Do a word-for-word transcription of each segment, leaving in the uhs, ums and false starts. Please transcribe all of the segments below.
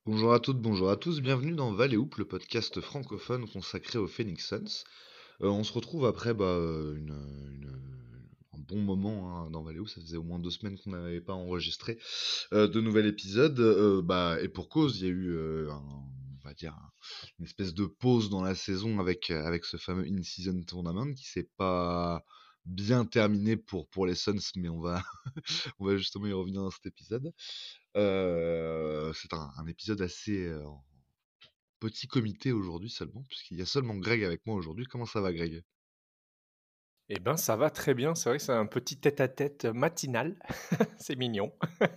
Bonjour à toutes, bonjour à tous, bienvenue dans Valley Hoop, le podcast francophone consacré aux Phoenix Suns. Euh, on se retrouve après bah, euh, une, une- un bon moment hein, dans Valley Hoop, ça faisait au moins deux semaines qu'on n'avait pas enregistré euh, de nouvel épisode, euh, bah, et pour cause, il y a eu euh, un- on va dire un- une espèce de pause dans la saison avec, euh, avec ce fameux In-Season Tournament qui s'est pas bien terminé pour, pour les Suns, mais on va, on va justement y revenir dans cet épisode. Euh, c'est un, un épisode assez euh, en petit comité aujourd'hui seulement, puisqu'il y a seulement Greg avec moi aujourd'hui. Comment ça va, Greg? Eh ben, ça va très bien. C'est vrai que c'est un petit tête-à-tête matinal. C'est mignon.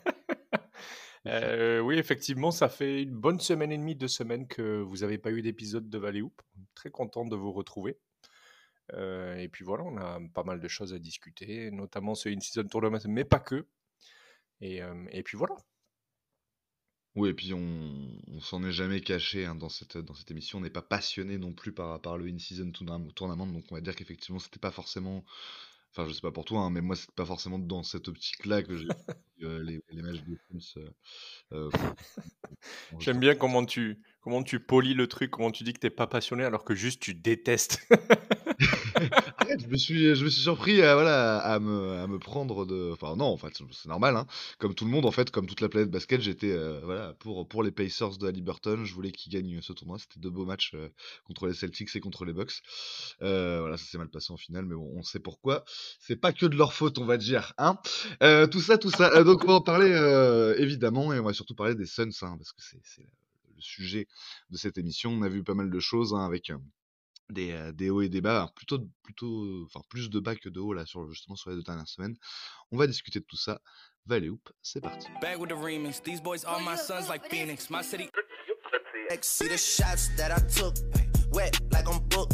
C'est ça. Heu, oui, effectivement, ça fait une bonne semaine et demie, deux semaines que vous avez pas eu d'épisode de Valley Hoop. Très content de vous retrouver. Heu et puis voilà, on a pas mal de choses à discuter, notamment ce In-Season Tournament, mais pas que. Et hem et puis voilà. Oui, et puis on, on s'en est jamais caché hein, dans cette, dans cette émission. On n'est pas passionné non plus par, par le In-Season Tourna- Tournament, donc on va dire qu'effectivement, c'était pas forcément. Enfin, je sais pas pour toi, hein, mais moi, c'était pas forcément dans cette optique-là que j'ai vu euh, les, les matchs de Suns euh, euh, qu'on J'aime enregistre. bien comment tu comment tu polis le truc, comment tu dis que tu pas passionné alors que juste tu détestes. Arrête, je me suis, je me suis surpris à, voilà, à me, à me prendre de. Enfin, non, en fait, c'est c'est normal, hein. Comme tout le monde, en fait, comme toute la planète basket, j'étais euh, voilà, pour, pour les Pacers de Haliburton. Je voulais qu'ils gagnent ce tournoi. C'était deux beaux matchs euh, contre les Celtics et contre les Bucks. Euh, voilà, ça s'est mal passé en finale, mais bon, on sait pourquoi. C'est pas que de leur faute, on va dire, hein. Euh, tout ça, tout ça. Euh, donc, on va en parler euh, évidemment, et on va surtout parler des Suns, hein, parce que c'est c'est le sujet de cette émission. On a vu pas mal de choses hein, avec. euh, des, euh, des hauts et des bas, alors plutôt, plutôt, enfin plus de bas que de hauts là sur justement sur les deux dernières semaines. On va discuter de tout ça. Valley Hoop, c'est parti. Back with the remix. These boys are my sons like Phoenix. My city. See the shots that I took. Wet like I'm booked.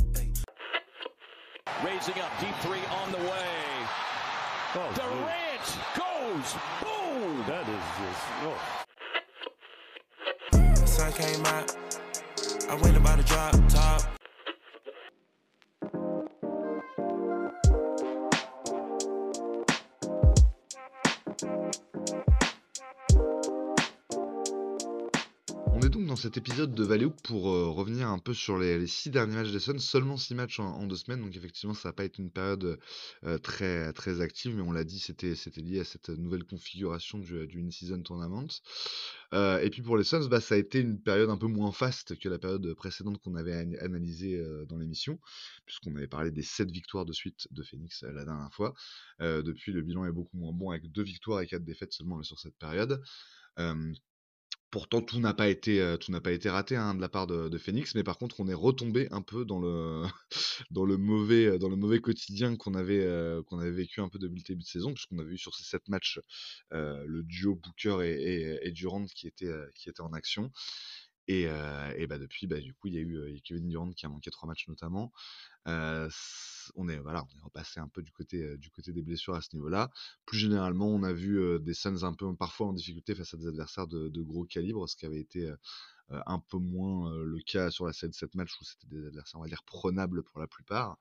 Raising up, deep three on the way. Oh, Durant goes, boom! that is just. Oh. The sun came out. I went about to drop top. On est donc dans cet épisode de Valley Hoop pour euh, revenir un peu sur les, les six derniers matchs des Suns, seulement six matchs en, en deux semaines, donc effectivement ça n'a pas été une période euh, très, très active, mais on l'a dit, c'était, c'était lié à cette nouvelle configuration du, du In-Season Tournament. Euh, et puis pour les Suns, bah, ça a été une période un peu moins faste que la période précédente qu'on avait an- analysée euh, dans l'émission, puisqu'on avait parlé des sept victoires de suite de Phoenix euh, la dernière fois. Euh, depuis, le bilan est beaucoup moins bon, avec deux victoires et quatre défaites seulement sur cette période. Euh, Pourtant, tout n'a pas été, heu, tout n'a pas été raté, hein, de la part de de Phoenix, mais par contre, on est retombé un peu dans le dans le mauvais, heu, dans le mauvais quotidien qu'on avait, heu, qu'on avait vécu un peu depuis le début de saison, puisqu'on avait eu sur ces sept matchs, heu, le duo Booker et et et Durant qui était, heu, qui était en action et heu et bah, depuis, bah, du coup, il y a eu, heu, il y a Kevin Durant qui a manqué trois matchs notamment. Heu, s on est voilà, on est repassé un peu du côté, heu, du côté des blessures à ce niveau-là. Plus généralement, on a vu, heu, des Suns un peu parfois en difficulté face à des adversaires de de gros calibre, ce qui avait été, heu heu, un peu moins, heu, le cas sur la série de sept matchs où c'était des adversaires, on va dire, prenables pour la plupart.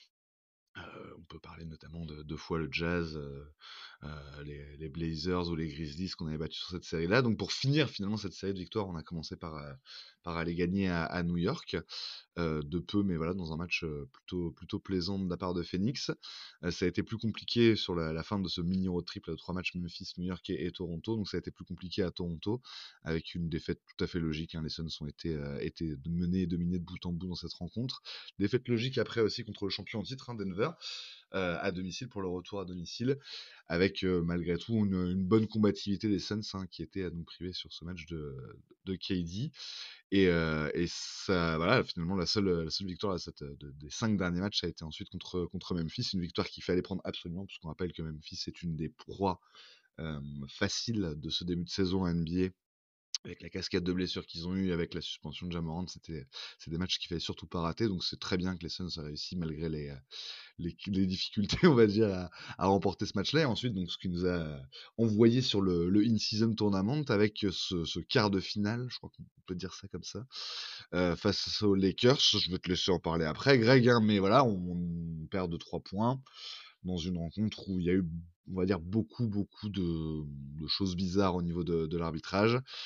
Heu, on peut parler notamment de deux fois le Jazz, heu heu, les les Blazers ou les Grizzlies qu'on avait battus sur cette série-là. Donc pour finir finalement cette série de victoires, on a commencé par, heu, par aller gagner à à New York, heu, de peu, mais voilà, dans un match, heu, plutôt plutôt plaisant de la part de Phoenix. Heu, ça a été plus compliqué sur la la fin de ce mini road trip, là, de trois matchs Memphis, New York et et Toronto. Donc ça a été plus compliqué à Toronto, avec une défaite tout à fait logique, hein. Les Suns ont été, heu, été menés et dominés de bout en bout dans cette rencontre. Défaite logique après aussi contre le champion en titre, hein, Denver, heu, à domicile pour le retour à domicile, avec, heu, malgré tout une, une bonne combativité des Suns, hein, qui étaient à nous priver sur ce match de de K D. Et, euh, et ça, voilà, finalement, la seule, la seule victoire à cette, de- des cinq derniers matchs, ça a été ensuite contre, contre Memphis, une victoire qu'il fallait prendre absolument, puisqu'on rappelle que Memphis est une des proies euh, faciles de ce début de saison à N B A. Avec la cascade de blessures qu'ils ont eu, avec la suspension de Ja Morant, c'était, c'est des matchs qu'il fallait surtout pas rater. Donc c'est très bien que les Suns aient réussi, malgré les, euh, les, les difficultés, on va dire, à, à remporter ce match-là. Et ensuite, donc, ce qui nous a envoyé sur le, le In-Season Tournament avec ce, ce quart de finale, je crois qu'on peut dire ça comme ça, euh, face aux Lakers. Je vais te laisser en parler après, Greg, hein, mais voilà, on, on perd de trois points dans une rencontre où il y a eu, on va dire, beaucoup, beaucoup de, de choses bizarres au niveau de, de l'arbitrage.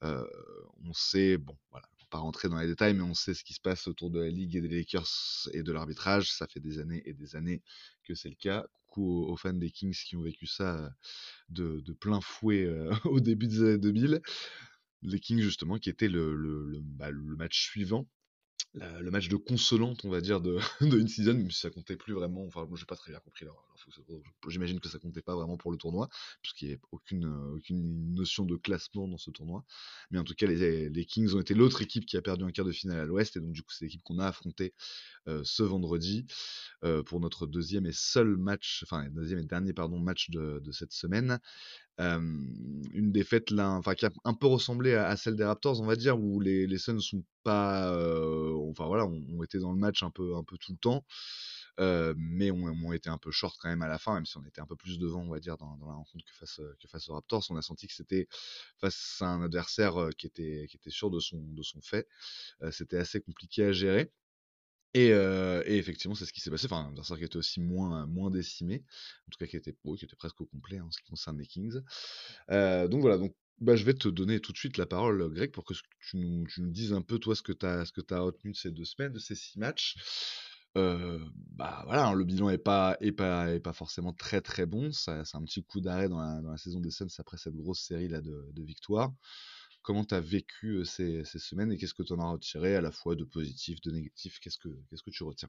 Heu, on sait, bon, voilà, on va pas rentrer dans les détails, mais on sait ce qui se passe autour de la ligue et des Lakers et de l'arbitrage. Ça fait des années et des années que c'est le cas. Coucou aux aux fans des Kings qui ont vécu ça, heu, de de plein fouet, heu, au début des années deux mille. Les Kings justement qui étaient le le le, bah, le match suivant, la- le match de consolante, on va dire, de, de une season, même si ça comptait plus vraiment. Enfin, moi, j'ai pas très bien compris leur, leur fonctionnement. J'imagine que ça comptait pas vraiment pour le tournoi, puisqu'il n'y avait aucune, euh, aucune notion de classement dans ce tournoi. Mais en tout cas, les, les Kings ont été l'autre équipe qui a perdu un quart de finale à l'Ouest, et donc du coup, c'est l'équipe qu'on a affrontée euh, ce vendredi euh, pour notre deuxième et seul match, enfin deuxième et dernier pardon match de, de cette semaine. Euh, une défaite là, enfin qui a un peu ressemblé à, à celle des Raptors, on va dire, où les, les Suns sont pas, euh, enfin voilà, ont, ont été dans le match un peu, un peu tout le temps, euh, mais ont, ont été un peu short quand même à la fin, même si on était un peu plus devant, on va dire, dans, dans la rencontre que face, que face aux Raptors. On a senti que c'était face à un adversaire euh, qui était, qui était sûr de son, de son fait. Euh, c'était assez compliqué à gérer. Et, euh, et effectivement, c'est ce qui s'est passé. Enfin, un adversaire qui était aussi moins, moins décimé, en tout cas qui était, oh, qui était presque au complet hein, en ce qui concerne les Kings. Euh, donc voilà, donc bah, je vais te donner tout de suite la parole, Greg, pour que tu nous, tu nous dises un peu, toi, ce que tu as, ce que tu as retenu de ces deux semaines, de ces six matchs. Euh, bah voilà, hein, le bilan est pas, est pas, est pas forcément très très bon. Ça, c'est un petit coup d'arrêt dans la, dans la saison des Suns après cette grosse série là de, de victoires. Comment tu as vécu euh, ces, ces semaines et qu'est-ce que tu en as retiré à la fois de positif, de négatif? Qu'est-ce que, qu'est-ce que tu retiens?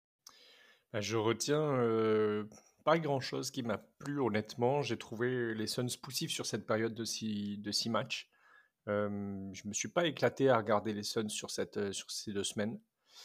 Bah, je retiens euh, pas grand-chose qui m'a plu, honnêtement. J'ai trouvé les Suns poussifs sur cette période de six, de six matchs. Euh, je me suis pas éclaté à regarder les Suns sur, cette, euh, sur ces deux semaines.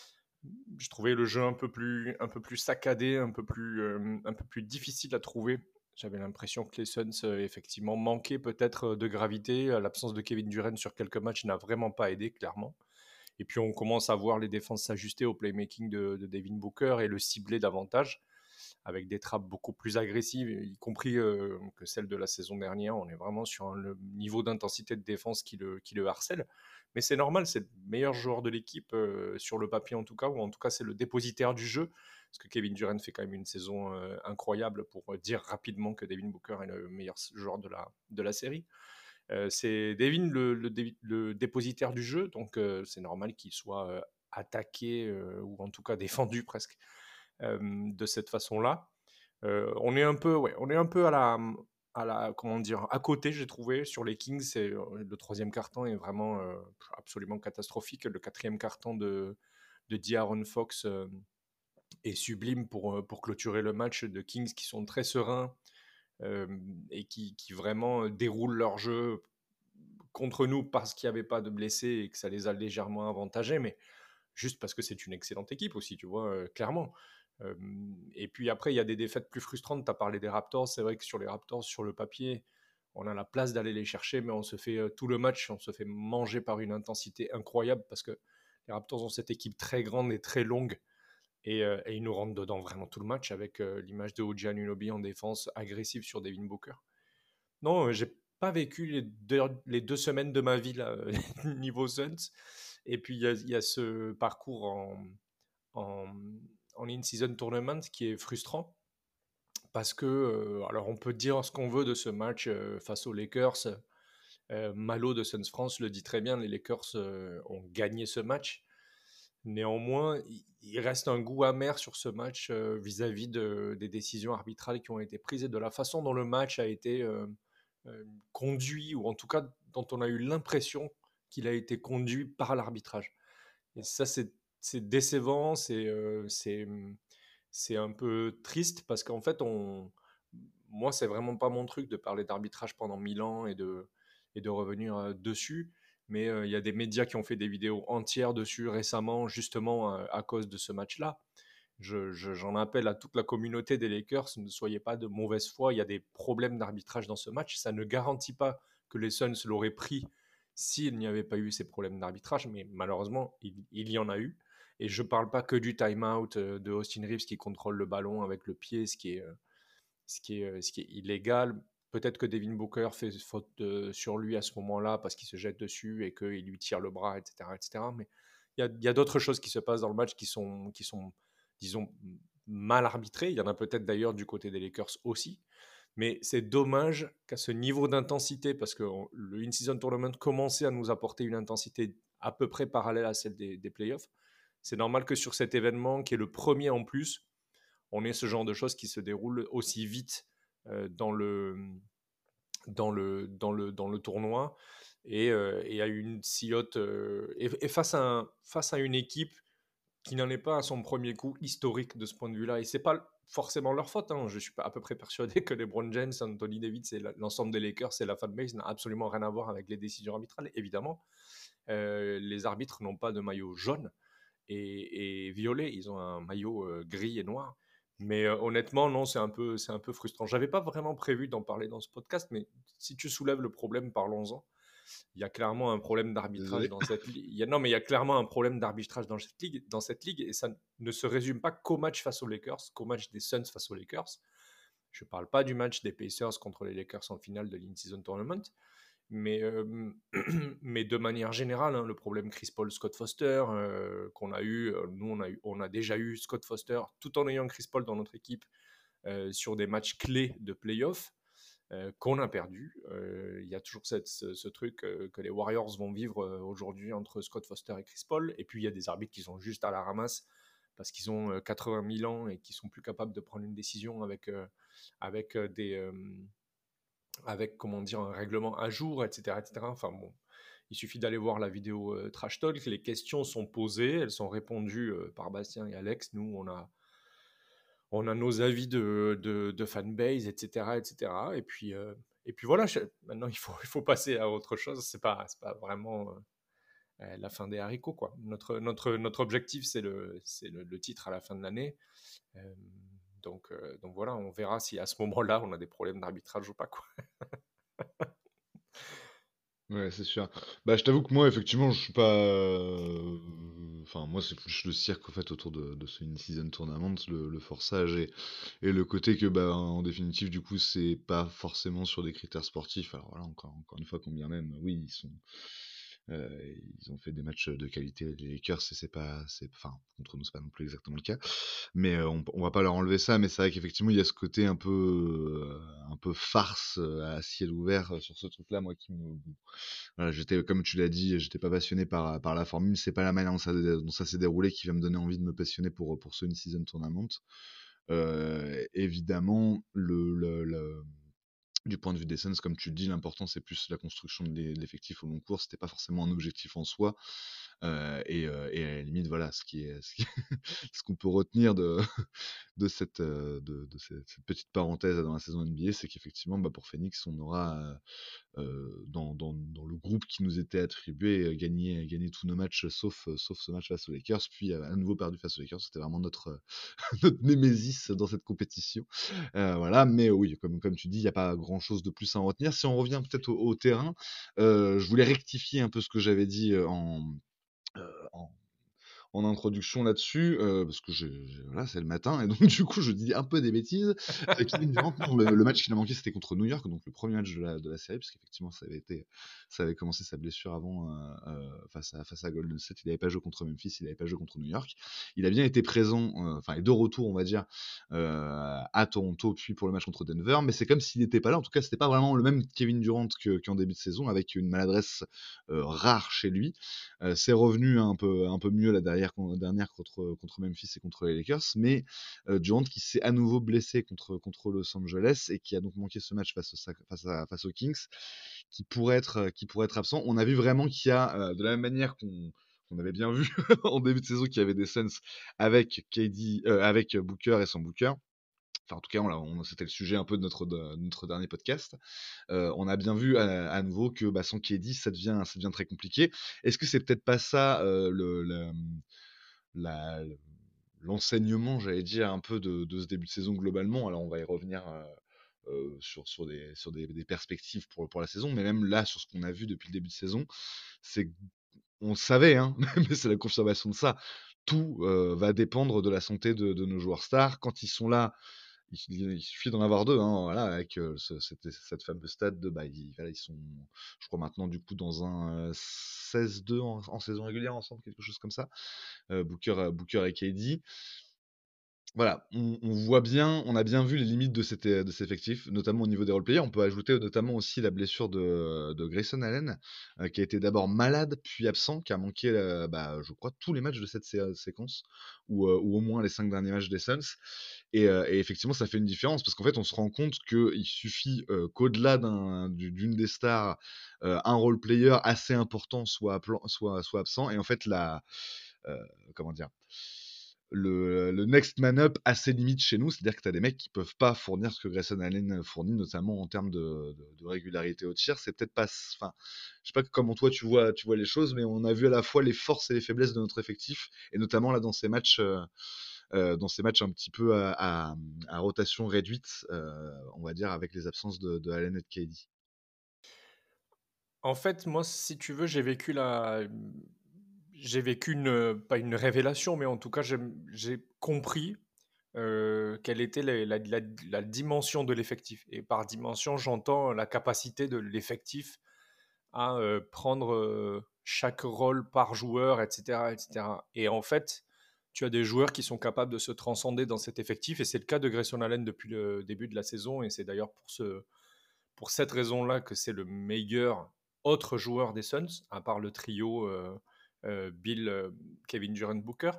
Je trouvais le jeu un peu plus, un peu plus saccadé, un peu plus, euh, un peu plus difficile à trouver. J'avais l'impression que les Suns, euh, effectivement, manquaient peut-être de gravité. L'absence de Kevin Durant sur quelques matchs n'a vraiment pas aidé, clairement. Et puis on commence à voir les défenses s'ajuster au playmaking de, de Devin Booker et le cibler davantage, avec des trappes beaucoup plus agressives, y compris euh, que celle de la saison dernière. On est vraiment sur un le niveau d'intensité de défense qui le, qui le harcèle. Mais c'est normal, c'est le meilleur joueur de l'équipe, euh, sur le papier en tout cas, ou en tout cas c'est le dépositaire du jeu, parce que Kevin Durant fait quand même une saison euh, incroyable pour dire rapidement que Devin Booker est le meilleur joueur de la, de la série. Euh, c'est Devin le, le, dé- le dépositaire du jeu, donc euh, c'est normal qu'il soit euh, attaqué euh, ou en tout cas défendu presque euh, de cette façon-là. Euh, on est un peu, ouais, on est un peu à la, à la, comment dire, à côté, j'ai trouvé sur les Kings. C'est le troisième carton est vraiment euh, absolument catastrophique. Le quatrième carton de de De'Aaron Fox euh, est sublime pour euh, pour clôturer le match de Kings qui sont très sereins euh, et qui, qui vraiment euh, déroulent leur jeu contre nous parce qu'il n'y avait pas de blessés et que ça les a légèrement avantagés, mais juste parce que c'est une excellente équipe aussi, tu vois, euh, clairement. Euh, et puis après, il y a des défaites plus frustrantes. Tu as parlé des Raptors. C'est vrai que sur les Raptors, sur le papier, on a la place d'aller les chercher, mais on se fait euh, tout le match, on se fait manger par une intensité incroyable parce que les Raptors ont cette équipe très grande et très longue. Et, euh, et ils nous rentrent dedans vraiment tout le match avec euh, l'image de O G Anunoby en défense agressive sur Devin Booker. Non, euh, j'ai pas vécu les deux, les deux semaines de ma vie là, niveau Suns. Et puis il y a, il y a ce parcours en, en, en in-season tournament qui est frustrant parce que, euh, alors on peut dire ce qu'on veut de ce match euh, face aux Lakers. Euh, Malo de Suns France le dit très bien, les Lakers euh, ont gagné ce match. Néanmoins, il, il reste un goût amer sur ce match euh, vis-à-vis de, des décisions arbitrales qui ont été prises et de la façon dont le match a été euh, euh, conduit, ou en tout cas dont on a eu l'impression qu'il a été conduit par l'arbitrage. Et ça, c'est c'est décevant, c'est euh, c'est c'est un peu triste parce qu'en fait, on, moi, c'est vraiment pas mon truc de parler d'arbitrage pendant mille ans et de, et de revenir euh, dessus. Mais euh, il y a des médias qui ont fait des vidéos entières dessus récemment, justement euh, à cause de ce match-là. Je, je- j'en appelle à toute la communauté des Lakers, ne soyez pas de mauvaise foi, il y a des problèmes d'arbitrage dans ce match. Ça ne garantit pas que les Suns l'auraient pris s'il n'y avait pas eu ces problèmes d'arbitrage, mais malheureusement, il, il y en a eu. Et je ne parle pas que du time-out euh, de Austin Reeves qui contrôle le ballon avec le pied, ce qui est, euh, ce qui est, euh, ce qui est illégal. Peut-être que Devin Booker fait faute euh, sur lui à ce moment-là parce qu'il se jette dessus et qu'il lui tire le bras, et cetera, et cetera. Mais il y a, il y a d'autres choses qui se passent dans le match qui sont, qui sont, disons, mal arbitrées. Il y en a peut-être d'ailleurs du côté des Lakers aussi. Mais c'est dommage qu'à ce niveau d'intensité, parce que on- le In-Season Tournament commençait à nous apporter une intensité à peu près parallèle à celle des, des playoffs. C'est normal que sur cet événement, qui est le premier en plus, on ait ce genre de choses qui se déroulent aussi vite euh, dans, le, dans, le, dans, le, dans le tournoi. Et, euh, et à une silhouette. euh, et, et face, à un- face à une équipe qui n'en est pas à son premier coup historique de ce point de vue-là. Et c'est pas forcément leur faute. Hein. Je suis pas à peu près persuadé que LeBron James, Anthony Davis et la- l'ensemble des Lakers et la fanbase n'a absolument rien à voir avec les décisions arbitrales. Évidemment, Euh, les arbitres n'ont pas de maillot jaune et, et violet. Ils ont un maillot euh, gris et noir. Mais euh, honnêtement, non, c'est un peu, c'est un peu frustrant. J'avais pas vraiment prévu d'en parler dans ce podcast, mais si tu soulèves le problème, parlons-en. Il y a clairement un problème d'arbitrage Désolé. dans cette ligue. Il y a, non, mais il y a clairement un problème d'arbitrage dans cette ligue, dans cette ligue, et ça ne se résume pas qu'au match face aux Lakers, qu'au match des Suns face aux Lakers. Je ne parle pas du match des Pacers contre les Lakers en finale de l'In-Season Tournament, mais, euh, mais de manière générale, hein, le problème Chris Paul, Scott Foster, euh, qu'on a eu, euh, nous on a, eu, on a déjà eu Scott Foster, tout en ayant Chris Paul dans notre équipe euh, sur des matchs clés de playoff. Euh, qu'on a perdu. Euh, Il y a toujours cette, ce, ce truc euh, que les Warriors vont vivre euh, aujourd'hui entre Scott Foster et Chris Paul. Et puis il y a des arbitres qui sont juste à la ramasse parce qu'ils ont euh, quatre-vingt mille ans et qui sont plus capables de prendre une décision avec, euh, avec euh, des... euh, avec, comment dire, un règlement à jour, et cetera, et cetera. Enfin bon, il suffit d'aller voir la vidéo euh, Trash Talk. Les questions sont posées, elles sont répondues euh, par Bastien et Alex. Nous, on a, on a nos avis de, de, de fanbase, et cetera, et cetera. Et puis, euh, et puis voilà, je- maintenant il faut, il faut passer à autre chose. C'est pas, c'est pas vraiment euh, la fin des haricots, quoi. Notre, notre, notre objectif, c'est le, c'est le, le titre à la fin de l'année. Euh, donc, euh, donc voilà, on verra si à ce moment-là, on a des problèmes d'arbitrage ou pas, quoi. Ouais, c'est sûr. Bah, je t'avoue que moi, effectivement, je suis pas. euh, Enfin, moi, c'est plus le cirque en fait autour de, de ce in-season tournament, le, le forçage et, et le côté que, bah, en définitive, du coup, c'est pas forcément sur des critères sportifs. Alors voilà, encore, encore une fois, combien même, oui, ils sont. euh, Ils ont fait des matchs de qualité, les Lakers, et c'est pas. c'est- Enfin, contre nous, c'est pas non plus exactement le cas. Mais euh, on, on va pas leur enlever ça, mais c'est vrai qu'effectivement, il y a ce côté un peu, euh, un peu farce euh, à ciel ouvert euh, sur ce truc-là, moi qui me. Voilà, j'étais, comme tu l'as dit, j'étais pas passionné par, par la formule. C'est pas la manière dont ça, dont ça s'est déroulé qui va me donner envie de me passionner pour, pour ce in-season tournament. Euh, évidemment, le, le, le- du point de vue des Suns, comme tu le dis, l'important c'est plus la construction de l'e- de l'effectif au long cours. C'était pas forcément un objectif en soi. Euh, et, euh, et à la limite, voilà, ce qui est, ce qui- ce qu'on peut retenir de, de cette, euh, de, de cette, cette petite parenthèse dans la saison N B A, c'est qu'effectivement, bah, pour Phoenix, on aura euh, euh, dans, dans, dans le groupe qui nous était attribué, euh, gagné, gagné tous nos matchs sauf, euh, sauf ce match face aux Lakers, puis euh, à nouveau perdu face aux Lakers. C'était vraiment notre, euh, notre némésis dans cette compétition. Euh, voilà, mais oui, comme, comme tu dis, il n'y a pas grand chose de plus à en retenir. Si on revient peut-être au, au terrain, euh, je voulais rectifier un peu ce que j'avais dit euh, en, euh, en en introduction là-dessus, euh, parce que j'ai, j'ai- voilà, c'est le matin, et donc du coup je dis un peu des bêtises. Euh, Kevin Durant, non, le, le match qu'il a manqué c'était contre New York, donc le premier match de la, de la série, parce qu'effectivement ça avait été, ça avait commencé sa blessure avant euh, euh, face, à, face à Golden State. Il n'avait pas joué contre Memphis, il n'avait pas joué contre New York. Il a bien été présent, euh, enfin et de retour on va dire euh, à Toronto, puis pour le match contre Denver, mais c'est comme s'il n'était pas là. En tout cas c'était pas vraiment le même Kevin Durant que, qu'en début de saison, avec une maladresse euh, rare chez lui. Euh, c'est revenu un peu, un peu mieux la dernière, dernière contre, contre Memphis et contre les Lakers, mais euh, Durant qui s'est à nouveau blessé contre, contre Los Angeles et qui a donc manqué ce match face, au, face, à, face aux Kings, qui pourrait être, qui pourrait être absent. On a vu vraiment qu'il y a, euh, de la même manière qu'on qu'on avait bien vu en début de saison, qu'il y avait des Suns avec K D, euh, avec Booker et sans Booker. Enfin, en tout cas, on, on, c'était le sujet un peu de notre, de, notre dernier podcast. Euh, on a bien vu à, à nouveau que bah, sans K D, ça devient, ça devient très compliqué. Est-ce que c'est peut-être pas ça euh, le, le, la, l'enseignement, j'allais dire, un peu de, de ce début de saison globalement? Alors, on va y revenir euh, euh, sur, sur, des, sur des, des perspectives pour, pour la saison, mais même là, sur ce qu'on a vu depuis le début de saison, c'est on le savait, hein, mais c'est la confirmation de ça. Tout euh, va dépendre de la santé de, de nos joueurs stars. Quand ils sont là, il, il suffit d'en avoir deux, hein, voilà, avec euh, ce, cette, cette fameuse stade de, bah, ils, voilà, ils sont, je crois maintenant du coup dans un euh, seize deux en, en saison régulière ensemble, quelque chose comme ça, euh, Booker, euh, Booker et K D. Voilà, on on voit bien, on a bien vu les limites de cet é de cet effectif, notamment au niveau des role-players. On peut ajouter, heu, notamment aussi la blessure de de Grayson Allen, heu, qui a été d'abord malade, puis absent, qui a manqué, heu, bah, je crois tous les matchs de cette sé séquence ou, heu, ou au moins les cinq derniers matchs des Suns et heu et effectivement ça fait une différence parce qu'en fait on se rend compte qu'il suffit, heu, qu'au-delà d'un d'u d'une des stars, heu, un role-player assez important soit applan soit soit absent et en fait la, heu, comment dire? Le le next man up a ses limites chez nous, c'est-à-dire que tu as des mecs qui peuvent pas fournir ce que Grayson Allen fournit, notamment en termes de de de régularité au tir. C'est peut-être pas s enfin, je sais pas comment toi tu vois tu vois les choses, mais on a vu à la fois les forces et les faiblesses de notre effectif et notamment là dans ces matchs, heu heu, dans ces matchs un petit peu à à, mmh, à rotation réduite, heu, on va dire avec les absences de de Allen et de K D. En fait, moi, si tu veux, j'ai vécu la j'ai vécu une, heu, pas une révélation, mais en tout cas, j'ai j'ai compris, heu, quelle était les la la la dimension de l'effectif et par dimension, j'entends la capacité de l'effectif à, heu, prendre, heu, chaque rôle par joueur et cetera et cetera et en fait, tu as des joueurs qui sont capables de se transcender dans cet effectif et c'est le cas de Grayson Allen depuis le début de la saison et c'est d'ailleurs pour ce pour cette raison-là que c'est le meilleur autre joueur des Suns, à part le trio euh, euh, Bill, euh, Kevin Durant, Booker.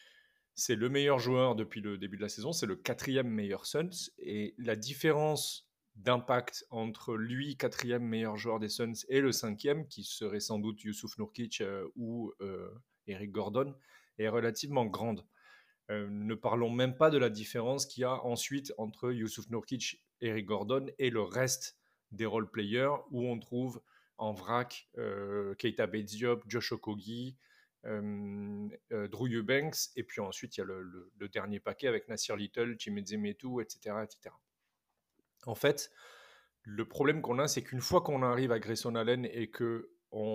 C'est le meilleur joueur depuis le début de la saison, c'est le quatrième meilleur Suns. Et la différence d'impact entre lui, quatrième meilleur joueur des Suns, et le cinquième, qui serait sans doute Yusuf Nurkic euh, ou euh, Eric Gordon, est relativement grande. Euh, ne parlons même pas de la différence qu'il y a ensuite entre Yusuf Nurkic, Eric Gordon et le reste des role-players où on trouve en vrac euh, Keita Bates-Diop, Josh Okogie, euh, euh, Drew Eubanks et puis ensuite il y a le, le, le dernier paquet avec Nasir Little, Chimeze Metu, et cetera, et cetera. En fait, le problème qu'on a, c'est qu'une fois qu'on arrive à Grayson Allen et que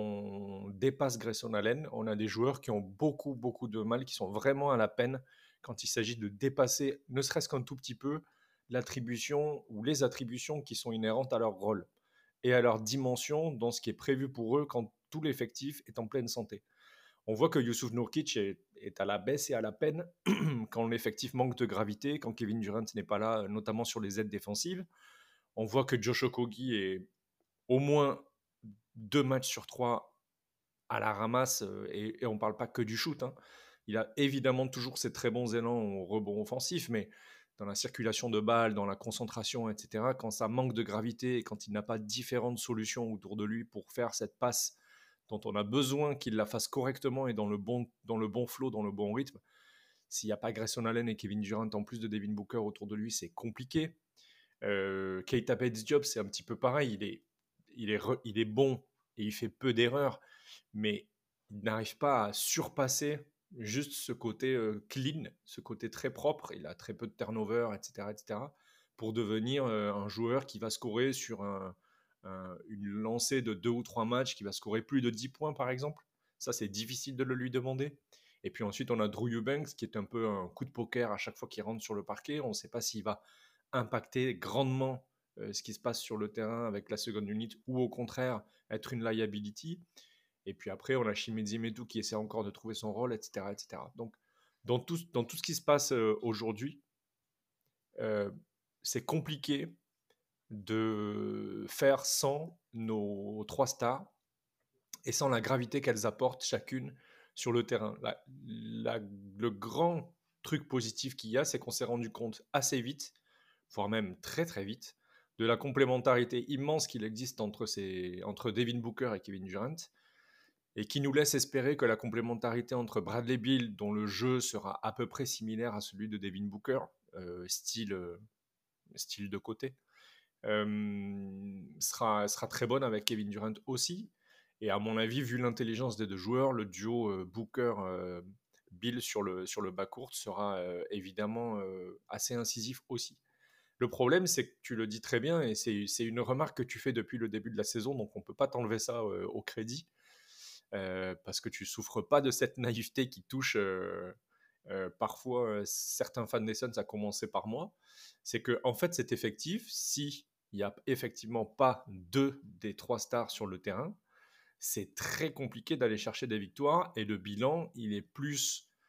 on dépasse Grayson Allen, on a des joueurs qui ont beaucoup, beaucoup de mal, qui sont vraiment à la peine quand il s'agit de dépasser, ne serait-ce qu'un tout petit peu, l'attribution ou les attributions qui sont inhérentes à leur rôle et à leur dimension dans ce qui est prévu pour eux quand tout l'effectif est en pleine santé. On voit que Yusuf Nurkic est, est à la baisse et à la peine quand l'effectif manque de gravité, quand Kevin Durant n'est pas là, notamment sur les aides défensives. On voit que Josh Okogie est au moins deux matchs sur trois à la ramasse, euh, et, et on ne parle pas que du shoot. Hein. Il a évidemment toujours ses très bons élans au rebond offensif, mais dans la circulation de balles, dans la concentration, et cetera, quand ça manque de gravité et quand il n'a pas différentes solutions autour de lui pour faire cette passe dont on a besoin qu'il la fasse correctement et dans le bon, dans le bon flow, dans le bon rythme, s'il n'y a pas Grayson Allen et Kevin Durant en plus de Devin Booker autour de lui, c'est compliqué. Euh, Keita Bates-Diop, c'est un petit peu pareil. Il est, il, est re, il est bon et il fait peu d'erreurs, mais il n'arrive pas à surpasser juste ce côté euh, clean, ce côté très propre. Il a très peu de turnover, et cetera, et cetera, pour devenir euh, un joueur qui va scorer sur un, un, une lancée de deux ou trois matchs, qui va scorer plus de dix points, par exemple. Ça, c'est difficile de le lui demander. Et puis ensuite, on a Drew Eubanks, qui est un peu un coup de poker à chaque fois qu'il rentre sur le parquet. On ne sait pas s'il va impacter grandement euh, ce qui se passe sur le terrain avec la seconde unit ou au contraire être une liability. Et puis après, on a Chimezi Metu qui essaie encore de trouver son rôle, et cetera. et cetera. Donc, dans tout, dans tout ce qui se passe euh, aujourd'hui, euh, c'est compliqué de faire sans nos trois stars et sans la gravité qu'elles apportent chacune sur le terrain. La, la, le grand truc positif qu'il y a, c'est qu'on s'est rendu compte assez vite, voire même très très vite, de la complémentarité immense qu'il existe entre, ces, entre Devin Booker et Kevin Durant, et qui nous laisse espérer que la complémentarité entre Bradley Beal, dont le jeu sera à peu près similaire à celui de Devin Booker, euh, style, euh, style de côté, euh, sera, sera très bonne avec Kevin Durant aussi. Et à mon avis, vu l'intelligence des deux joueurs, le duo euh, Booker-Bill euh, sur le, sur le bas-court sera euh, évidemment euh, assez incisif aussi. Le problème, c'est que tu le dis très bien, et c'est, c'est une remarque que tu fais depuis le début de la saison, donc on ne peut pas t'enlever ça euh, au crédit, euh, parce que tu souffres pas de cette naïveté qui touche euh, euh, parfois euh, certains fans des Suns, à commencer par moi. C'est que en fait, cet effectif, si il n'y a effectivement pas deux des trois stars sur le terrain, c'est très compliqué d'aller chercher des victoires, et le bilan, il est plus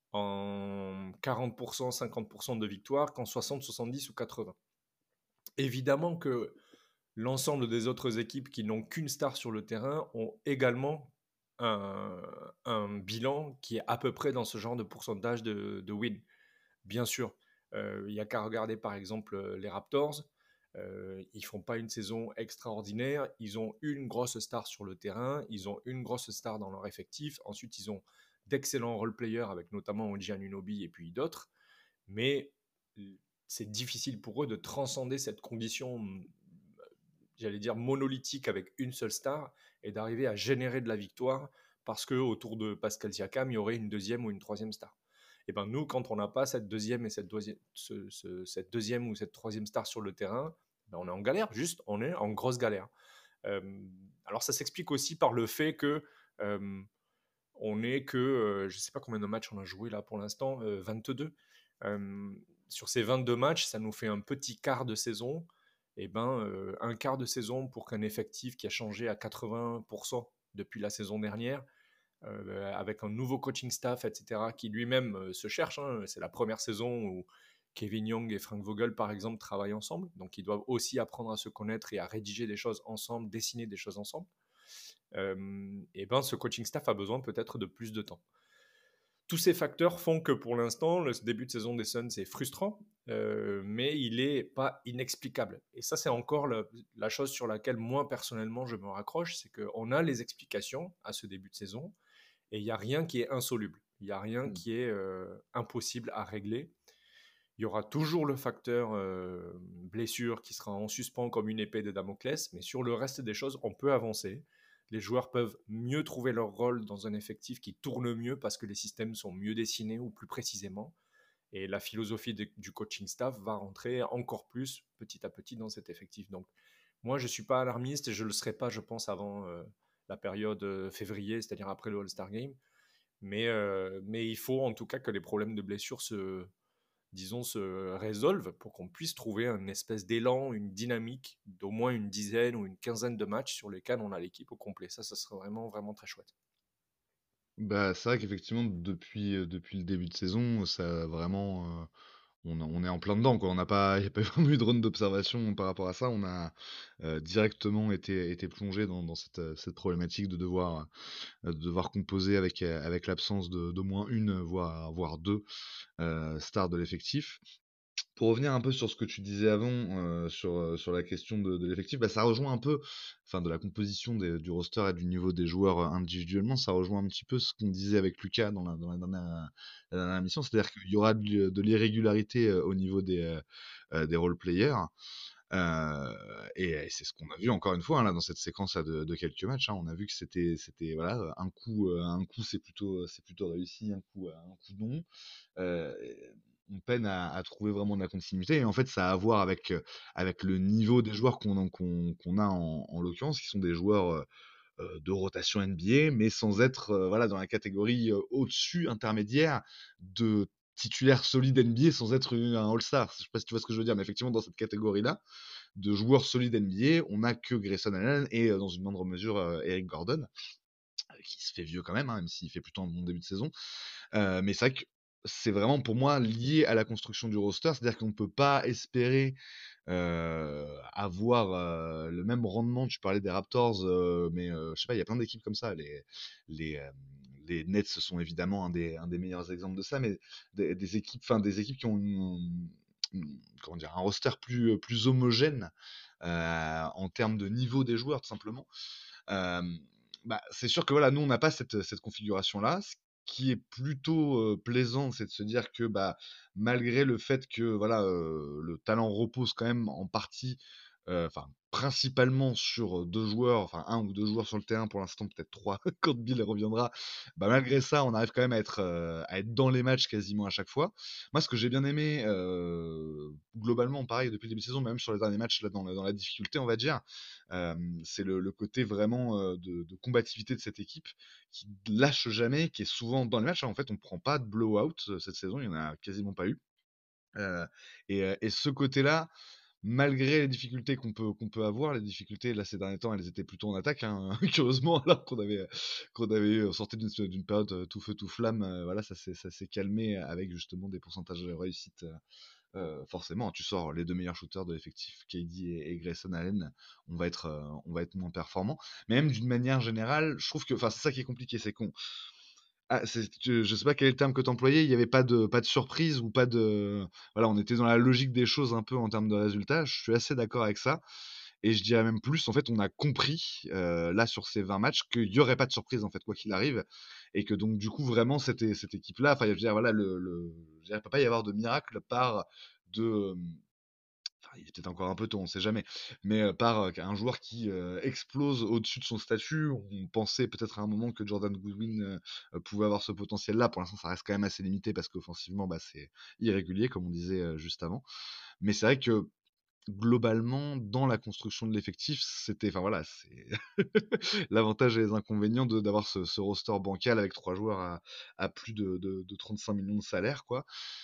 en quarante pour cent, cinquante pour cent de victoires qu'en soixante, soixante-dix ou quatre-vingts. Évidemment que l'ensemble des autres équipes qui n'ont qu'une star sur le terrain ont également un, un bilan qui est à peu près dans ce genre de pourcentage de, de win. Bien sûr, euh, il n'y a qu'à regarder par exemple euh, les Raptors. Euh, ils font pas une saison extraordinaire. Ils ont une grosse star sur le terrain. Ils ont une grosse star dans leur effectif. Ensuite, ils ont d'excellents role-players avec notamment Oji Anunoby et puis d'autres. Mais c'est difficile pour eux de transcender cette condition, j'allais dire, monolithique avec une seule star et d'arriver à générer de la victoire parce qu'autour de Pascal Siakam, il y aurait une deuxième ou une troisième star. Et ben nous, quand on n'a pas cette deuxième et cette deuxième, ce, ce, cette deuxième ou cette troisième star sur le terrain, ben on est en galère, juste, on est en grosse galère. Euh, alors ça s'explique aussi par le fait que euh, on n'est que, euh, je ne sais pas combien de matchs on a joué là pour l'instant, euh, vingt-deux. Euh, sur ces vingt-deux matchs, ça nous fait un petit quart de saison. Et ben, euh, un quart de saison pour qu'un effectif qui a changé à quatre-vingts pour cent depuis la saison dernière, euh, avec un nouveau coaching staff, et cetera, qui lui-même euh, se cherche. Hein. C'est la première saison où Kevin Young et Frank Vogel, par exemple, travaillent ensemble. Donc, ils doivent aussi apprendre à se connaître et à rédiger des choses ensemble, dessiner des choses ensemble. Euh, et ben, ce coaching staff a besoin peut-être de plus de temps. Tous ces facteurs font que pour l'instant, le début de saison des Suns est frustrant, euh, mais il n'est pas inexplicable. Et ça, c'est encore la, la chose sur laquelle moi, personnellement, je me raccroche, c'est qu'on a les explications à ce début de saison, et il n'y a rien qui est insoluble. Il n'y a rien Mm. qui est euh, impossible à régler. Il y aura toujours le facteur euh, blessure qui sera en suspens comme une épée de Damoclès, mais sur le reste des choses, on peut avancer. Les joueurs peuvent mieux trouver leur rôle dans un effectif qui tourne mieux parce que les systèmes sont mieux dessinés ou plus précisément. Et la philosophie de, du coaching staff va rentrer encore plus petit à petit dans cet effectif. Donc, moi, je ne suis pas alarmiste et je ne le serai pas, je pense, avant euh, la période euh, février, c'est-à-dire après le All-Star Game. Mais, euh, mais il faut en tout cas que les problèmes de blessure se, disons, se résolvent pour qu'on puisse trouver une espèce d'élan, une dynamique d'au moins une dizaine ou une quinzaine de matchs sur lesquels on a l'équipe au complet. Ça, ça serait vraiment, vraiment très chouette. Bah, c'est vrai qu'effectivement, depuis, euh, depuis le début de saison, ça a vraiment, euh, on, a- on est en plein dedans, quoi. On n'a pas, il n'y a pas vraiment eu de run d'observation par rapport à ça. On a euh, directement été, été plongé dans, dans cette, euh, cette problématique de devoir, euh, de devoir composer avec, euh, avec l'absence de- d'au moins une, voire, voire deux euh, stars de l'effectif. Pour revenir un peu sur ce que tu disais avant, euh, sur, euh, sur la question de, de l'effectif, bah, ça rejoint un peu, enfin de la composition des- du roster et du niveau des joueurs euh, individuellement, ça rejoint un petit peu ce qu'on disait avec Lucas dans la, dans la dernière, la dernière émission, c'est-à-dire qu'il y aura de, de l'irrégularité euh, au niveau des, euh, euh, des role-players, euh, et, et c'est ce qu'on a vu encore une fois hein, là dans cette séquence là, de, de quelques matchs. Hein, on a vu que c'était, c'était voilà, un coup, euh, un coup c'est plutôt, c'est plutôt réussi, un coup, un coup non. Euh, on peine à, à trouver vraiment de la continuité. Et en fait, ça a à voir avec, euh, avec le niveau des joueurs qu'on qu'on, qu'on a en, en l'occurrence, qui sont des joueurs euh, euh, de rotation N B A, mais sans être euh, voilà, dans la catégorie euh, au-dessus, intermédiaire, de titulaires solides N B A sans être un All-Star. Je sais pas si tu vois ce que je veux dire, mais effectivement, dans cette catégorie-là, de joueurs solides N B A, on n'a que Grayson Allen et euh, dans une moindre mesure euh, Eric Gordon, euh, qui se fait vieux quand même, hein, même s'il fait plutôt un bon début de saison. Euh, mais c'est vrai que c'est vraiment pour moi lié à la construction du roster, c'est-à-dire qu'on ne peut pas espérer euh, avoir euh, le même rendement. Tu parlais des Raptors, euh, mais euh, je sais pas, il y a plein d'équipes comme ça. Les, les, euh, les Nets sont évidemment un des, un des meilleurs exemples de ça, mais des, des équipes, enfin des équipes qui ont une, une- comment dire, un roster plus, plus homogène euh, en termes de niveau des joueurs, tout simplement. Euh, Bah, c'est sûr que voilà, nous on n'a pas cette, cette configuration-là. Ce qui est plutôt euh, plaisant, c'est de se dire que bah, malgré le fait que voilà, euh, le talent repose quand même en partie, euh, enfin principalement sur deux joueurs, enfin un ou deux joueurs sur le terrain pour l'instant, peut-être trois quand Bill reviendra. Bah, malgré ça, on arrive quand même à être, euh, à être dans les matchs quasiment à chaque fois. Moi, ce que j'ai bien aimé, euh, globalement, pareil depuis le début de saison, même sur les derniers matchs là, dans, la, dans la difficulté, on va dire, euh, c'est le, le côté vraiment euh, de, de combativité de cette équipe qui lâche jamais, qui est souvent dans les matchs. Hein, en fait, on prend pas de blowout euh, cette saison, il y en a quasiment pas eu. Euh, et, euh, et ce côté-là, malgré les difficultés qu'on peut, qu'on peut avoir, les difficultés là ces derniers temps, elles étaient plutôt en attaque, hein, curieusement, alors qu'on avait, qu'on avait euh, sorti d'une, d'une période euh, tout feu tout flamme. Euh, voilà, ça s'est, ça s'est calmé avec justement des pourcentages de réussite. Euh, euh, forcément, tu sors les deux meilleurs shooters de l'effectif, K D et, et Grayson Allen, on va être, euh, on va être moins performant. Mais même d'une manière générale, je trouve que, enfin, c'est ça qui est compliqué, c'est qu'on ah, c'est je je sais pas quel est le terme que tu employais, il y avait pas de pas de surprise ou pas de voilà, on était dans la logique des choses un peu en termes de résultats. Je suis assez d'accord avec ça et je dirais même plus, en fait, on a compris, heu, là, sur ces vingt matchs, qu'il y aurait pas de surprise, en fait, quoi qu'il arrive et que donc du coup, vraiment, cette é cette équipe-là, enfin, je veux dire, voilà, le le je veux dire, il peut pas y avoir de miracle par de, hem enfin, il est peut-être encore un peu tôt, on sait jamais, mais heu, par, heu, un joueur qui, heu, explose au-dessus de son statut. On pensait peut-être à un moment que Jordan Goodwin, heu heu, pouvait avoir ce potentiel-là. Pour l'instant, ça reste quand même assez limité parce qu'offensivement, bah, c'est irrégulier comme on disait, heu, juste avant. Mais c'est vrai que globalement, dans la construction de l'effectif, c'était enfin voilà, c'est l'avantage et les inconvénients de d'avoir ce ce roster bancal avec trois joueurs à à plus de de de trente-cinq millions de salaire, quoi.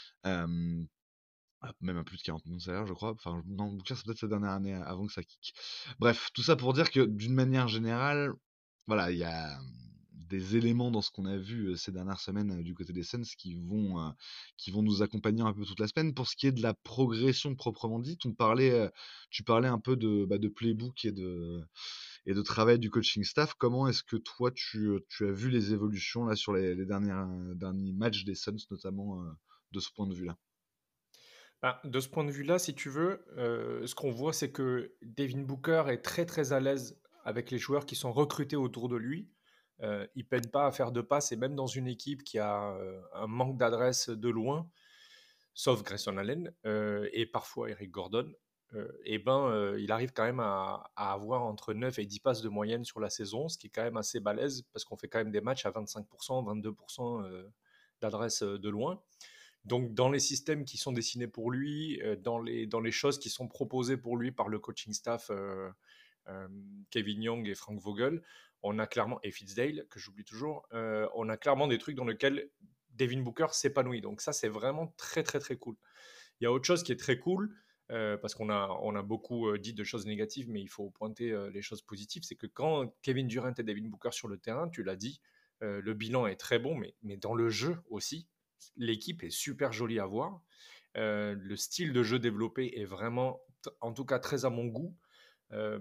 Hem ah, même à plus de quarante millions de salaire, je crois. Enfin, non, Booker, c'est peut-être sa dernière année avant que ça kick. Bref, tout ça pour dire que d'une manière générale, voilà, il y a hum, des éléments dans ce qu'on a vu euh, ces dernières semaines euh, du côté des Suns qui vont, euh, qui vont nous accompagner un peu toute la semaine. Pour ce qui est de la progression proprement dite, on parlait, euh, tu parlais un peu de, bah, de playbook et de, et de travail du coaching staff. Comment est-ce que toi, tu, tu as vu les évolutions là sur les, les dernières, derniers matchs des Suns, notamment euh, de ce point de vue-là? Ben, de ce point de vue-là, si tu veux, euh, ce qu'on voit, c'est que Devin Booker est très très à l'aise avec les joueurs qui sont recrutés autour de lui. Euh, il peine pas à faire de passes et même dans une équipe qui a euh, un manque d'adresse de loin, sauf Grayson Allen euh, et parfois Eric Gordon, euh, et ben, euh, il arrive quand même à, à avoir entre neuf et dix passes de moyenne sur la saison, ce qui est quand même assez balèze parce qu'on fait quand même des matchs à vingt-cinq pour cent, vingt-deux pour cent euh, d'adresse euh, de loin. Donc, dans les systèmes qui sont dessinés pour lui, euh, dans, les, dans les choses qui sont proposées pour lui par le coaching staff euh, euh, Kevin Young et Frank Vogel, on a clairement, et Fitzdale, que j'oublie toujours, euh, on a clairement des trucs dans lesquels Devin Booker s'épanouit. Donc, ça, c'est vraiment très, très, très cool. Il y a autre chose qui est très cool, euh, parce qu'on a, on a beaucoup euh, dit de choses négatives, mais il faut pointer euh, les choses positives, c'est que quand Kevin Durant et Devin Booker sur le terrain, tu l'as dit, euh, le bilan est très bon, mais, mais dans le jeu aussi, l'équipe est super jolie à voir. Euh, le style de jeu développé est vraiment, en tout cas, très à mon goût. Euh,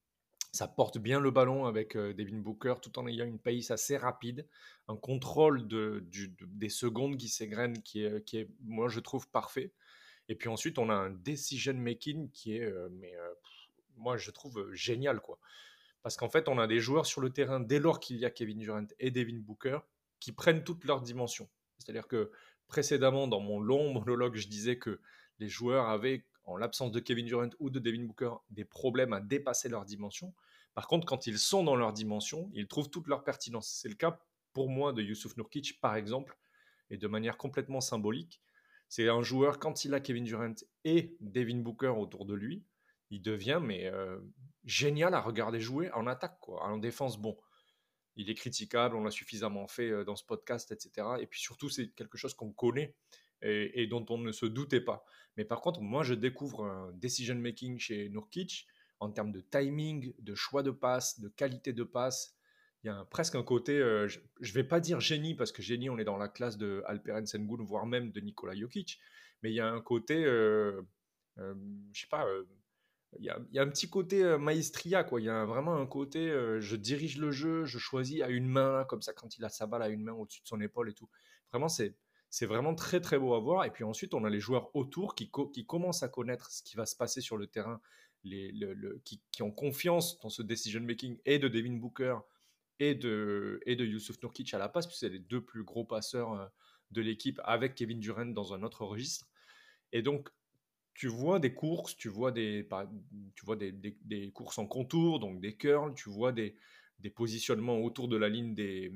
Ça porte bien le ballon avec euh, Devin Booker tout en ayant une pace assez rapide, un contrôle de, du, de- des secondes qui s'égrènent qui est, qui est, moi, je trouve parfait. Et puis ensuite, on a un decision making qui est, euh, mais, euh, pff, moi, je trouve euh, génial, quoi. Parce qu'en fait, on a des joueurs sur le terrain dès lors qu'il y a Kevin Durant et Devin Booker qui prennent toutes leurs dimensions. C'est-à-dire que précédemment, dans mon long monologue, je disais que les joueurs avaient, en l'absence de Kevin Durant ou de Devin Booker, des problèmes à dépasser leurs dimensions. Par contre, quand ils sont dans leurs dimensions, ils trouvent toute leur pertinence. C'est le cas pour moi de Yusuf Nurkic, par exemple, et de manière complètement symbolique. C'est un joueur, quand il a Kevin Durant et Devin Booker autour de lui, il devient mais euh, génial à regarder jouer en attaque, quoi. En défense, bon, il est critiquable, on l'a suffisamment fait euh, dans ce podcast, et cetera. Et puis surtout, c'est quelque chose qu'on connaît et, et, dont on ne se doutait pas. Mais par contre, moi, je découvre un decision making chez Nurkic en termes de timing, de choix de passe, de qualité de passe. Il y a un, presque un côté, euh, je ne vais pas dire génie, parce que génie, on est dans la classe de Alperen Sengun, voire même de Nikola Jokic, mais il y a un côté, euh, euh, je sais pas, euh, il y, a, il y a un petit côté euh, maestria, quoi. Il y a un- vraiment un côté, euh, je dirige le jeu, je choisis à une main, comme ça, quand il a sa balle à une main au-dessus de son épaule et tout. Vraiment, c'est, c'est vraiment très, très beau à voir. Et puis ensuite, on a les joueurs autour qui, co- qui commencent à connaître ce qui va se passer sur le terrain, les, le, le- qui, qui ont confiance dans ce decision making et de Devin Booker et de, et de Yusuf Nurkic à la passe, puisque c'est les deux plus gros passeurs euh, de l'équipe avec Kevin Durant dans un autre registre. Et donc, tu vois des courses, tu vois des, tu vois des, des, des courses en contour, donc des curls, tu vois des, des positionnements autour de la ligne des,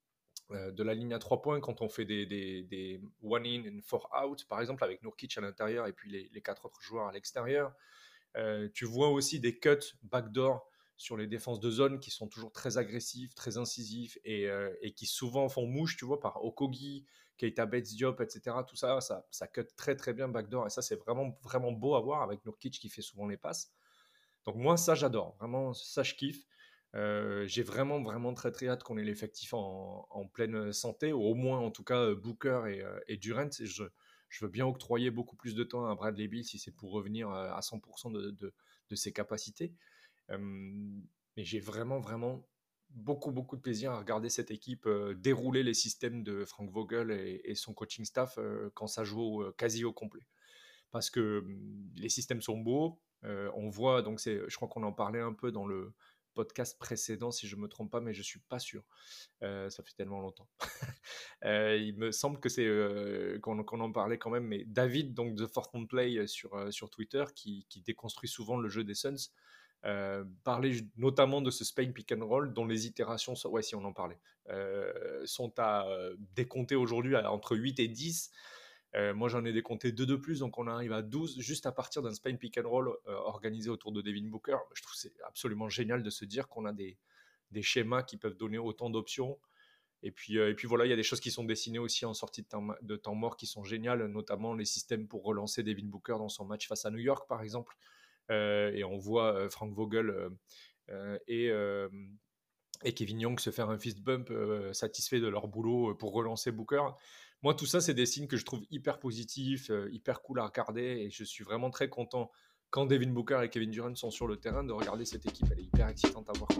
euh, de la ligne à trois points quand on fait des, des, des one in and four out, par exemple, avec Nurkic à l'intérieur et puis les, les quatre autres joueurs à l'extérieur. Euh, tu vois aussi des cuts backdoor sur les défenses de zone qui sont toujours très agressifs, très incisifs et, euh, et qui souvent font mouche, tu vois, par Okogie, Keita Bates-Diop, et cetera. Tout ça, ça, ça cut très très bien backdoor et ça c'est vraiment vraiment beau à voir avec Nurkic qui fait souvent les passes. Donc moi ça j'adore, vraiment ça je kiffe. Euh, j'ai vraiment vraiment très très hâte qu'on ait l'effectif en, en pleine santé, ou au moins en tout cas euh, Booker et, euh, et Durant. Et je, je veux bien octroyer beaucoup plus de temps à Bradley Beal si c'est pour revenir euh, à cent pour cent de, de, de ses capacités. Euh, mais j'ai vraiment, vraiment beaucoup, beaucoup de plaisir à regarder cette équipe euh, dérouler les systèmes de Frank Vogel et, et son coaching staff euh, quand ça joue au, quasi au complet. Parce que euh, les systèmes sont beaux. Euh, on voit, donc c'est, je crois qu'on en parlait un peu dans le podcast précédent, si je ne me trompe pas, mais je ne suis pas sûr. Euh, ça fait tellement longtemps. euh, il me semble que c'est euh, qu'on, qu'on en parlait quand même, mais David, donc de Fortnite Play sur, euh, sur Twitter, qui, qui déconstruit souvent le jeu des Suns, euh, parlait notamment de ce Spain pick and roll dont les itérations sont, ouais si on en parlait euh, sont à euh, décompter aujourd'hui à entre huit et dix. Euh, moi j'en ai décompté deux de plus, donc on arrive à douze juste à partir d'un Spain pick and roll euh, organisé autour de Devin Booker. Je trouve que c'est absolument génial de se dire qu'on a des, des schémas qui peuvent donner autant d'options. Et puis, euh, et puis voilà, il y a des choses qui sont dessinées aussi en sortie de temps, de temps mort qui sont géniales, notamment les systèmes pour relancer Devin Booker dans son match face à New York par exemple. Euh, et on voit euh, Frank Vogel euh, euh, et, euh, et Kevin Young se faire un fist bump euh, satisfait de leur boulot pour relancer Booker. Moi, tout ça, c'est des signes que je trouve hyper positifs, euh, hyper cool à regarder, et je suis vraiment très content quand Devin Booker et Kevin Durant sont sur le terrain de regarder cette équipe. Elle est hyper excitante à voir.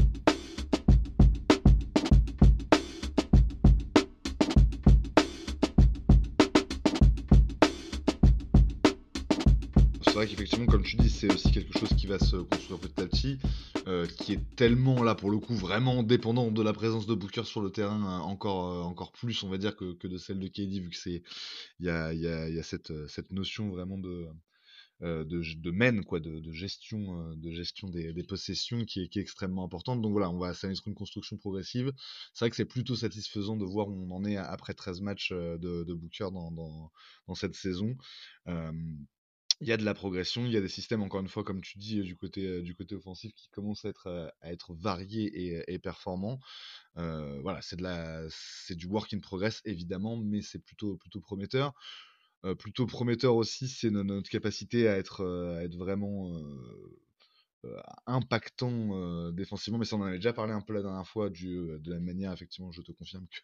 C'est vrai qu'effectivement, comme tu dis, c'est aussi quelque chose qui va se construire petit à petit, euh, qui est tellement, là, pour le coup, vraiment dépendant de la présence de Booker sur le terrain, hein, encore, euh, encore plus, on va dire, que, que de celle de K D, vu que c'est, il y a, y a, y a cette, euh, cette notion vraiment de, euh, de, de main, quoi, de, de gestion, euh, de gestion des, des possessions qui est, qui est extrêmement importante. Donc voilà, on va, ça va être une construction progressive. C'est vrai que c'est plutôt satisfaisant de voir où on en est après treize matchs euh, de, de Booker dans, dans, dans cette saison. Euh, Il y a de la progression, il y a des systèmes, encore une fois, comme tu dis, du côté, euh, du côté offensif qui commencent à être, euh, à être variés et, et performants. Euh, voilà, c'est de la, c'est du work in progress, évidemment, mais c'est plutôt, plutôt prometteur. Euh, plutôt prometteur aussi, c'est no- notre capacité à être, euh, à être vraiment euh, euh, impactant euh, défensivement. Mais ça, on en avait déjà parlé un peu la dernière fois, du, euh, de la même manière, effectivement, je te confirme que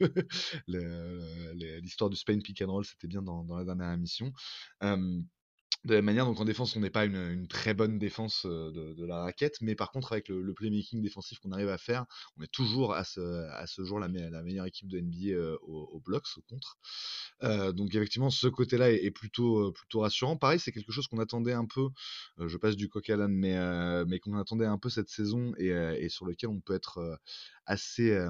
le- le- l'histoire du Spain pick and roll, c'était bien dans, dans la dernière émission. Euh, de la même manière, donc en défense, on n'est pas une, une très bonne défense euh, de, de la raquette, mais par contre, avec le, le playmaking défensif qu'on arrive à faire, on est toujours à ce, à ce jour la, me- la meilleure équipe de N B A euh, au, au blocks, au contre. Euh, donc effectivement, ce côté-là est, est plutôt, euh, plutôt rassurant. Pareil, c'est quelque chose qu'on attendait un peu, euh, je passe du coq à l'âne, mais, euh, mais qu'on attendait un peu cette saison et, euh, et sur lequel on peut être euh, assez... euh,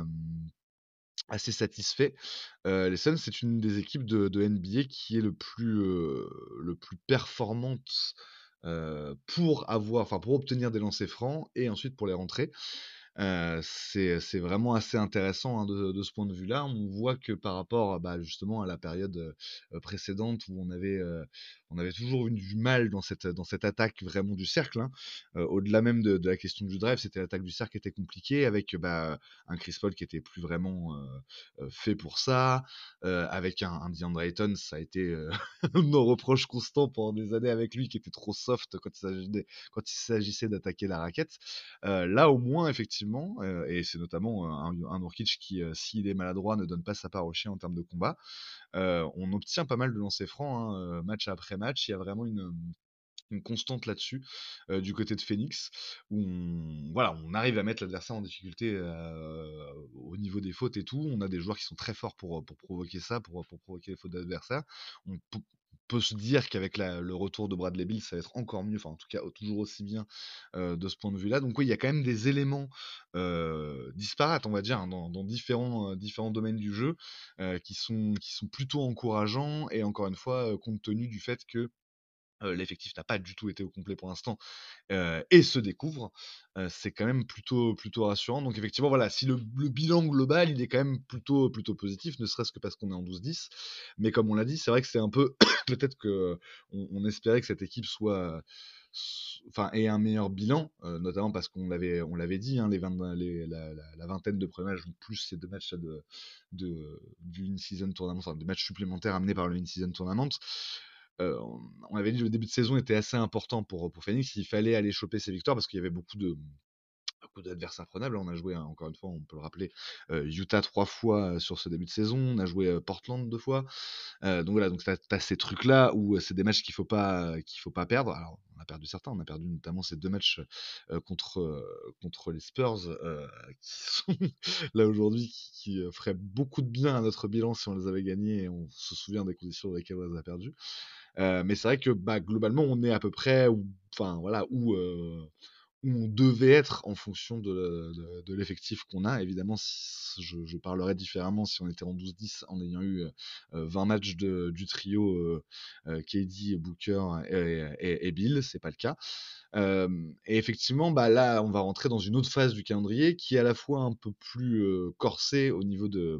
assez satisfait. Euh, les Suns, c'est une des équipes de, de N B A qui est le plus, euh, le plus performante euh, pour avoir, enfin pour obtenir des lancers francs et ensuite pour les rentrer. Euh, c'est c'est vraiment assez intéressant hein, de, de ce point de vue-là. On voit que par rapport bah, justement à la période euh, précédente où on avait, euh, on avait toujours eu du mal dans cette, dans cette attaque vraiment du cercle, hein. Euh, au-delà même de, de la question du drive, c'était l'attaque du cercle qui était compliquée avec bah, un Chris Paul qui était plus vraiment euh, euh, fait pour ça, euh, avec un, un DeAndre Ayton, ça a été euh, nos reproches constants pendant des années avec lui qui était trop soft quand il s'agissait, quand il s'agissait d'attaquer la raquette. Euh, là au moins effectivement, euh, et c'est notamment un, un Nurkic qui, euh, s'il est maladroit, ne donne pas sa part au chien en termes de combat, euh, on obtient pas mal de lancers francs, hein, euh, match après match. Il y a vraiment une, une constante là-dessus euh, du côté de Phoenix où on, voilà, on arrive à mettre l'adversaire en difficulté euh, au niveau des fautes et tout. On a des joueurs qui sont très forts pour, pour provoquer ça, pour, pour provoquer les fautes d'adversaires. On p- peut se dire qu'avec la, le retour de Bradley Beal, ça va être encore mieux, enfin en tout cas toujours aussi bien euh, de ce point de vue-là. Donc oui, il y a quand même des éléments euh, disparates, on va dire, hein, dans, dans différents, euh, différents domaines du jeu euh, qui, sont, qui sont plutôt encourageants et encore une fois, euh, compte tenu du fait que euh, l'effectif n'a pas du tout été au complet pour l'instant euh, et se découvre, euh, c'est quand même plutôt, plutôt rassurant. Donc effectivement, voilà, si le, le bilan global, il est quand même plutôt, plutôt positif, ne serait-ce que parce qu'on est en douze dix. Mais comme on l'a dit, c'est vrai que c'est un peu, peut-être que on, on espérait que cette équipe soit, enfin, ait un meilleur bilan, euh, notamment parce qu'on l'avait, on l'avait dit, hein, les vingt, les, la, la, la vingtaine de premiers matchs, plus ces deux matchs de, de, du in-season tournament, enfin, des matchs supplémentaires amenés par le in-season tournament. Euh, on, on avait dit que le début de saison était assez important pour, pour Phoenix, il fallait aller choper ces victoires parce qu'il y avait beaucoup de beaucoup d'adversaires prenables. On a joué, hein, encore une fois, on peut le rappeler, euh, Utah trois fois euh, sur ce début de saison. On a joué euh, Portland deux fois. Euh, donc voilà, donc t'as, t'as ces trucs-là où euh, c'est des matchs qu'il faut pas euh, qu'il faut pas perdre. Alors on a perdu certains, on a perdu notamment ces deux matchs euh, contre euh, contre les Spurs euh, qui sont là aujourd'hui qui, qui euh, feraient beaucoup de bien à notre bilan si on les avait gagnés et on se souvient des conditions dans lesquelles on les a perdus. Euh, mais c'est vrai que bah, globalement on est à peu près où, enfin voilà où euh, où on devait être en fonction de, de, de l'effectif qu'on a. Évidemment, si, je, je parlerais différemment si on était en douze dix en ayant eu euh, vingt matchs de, du trio euh, euh, K D, Booker et, et, et Bill, c'est pas le cas. Euh, et effectivement, bah là, on va rentrer dans une autre phase du calendrier qui est à la fois un peu plus euh, corsée au niveau de,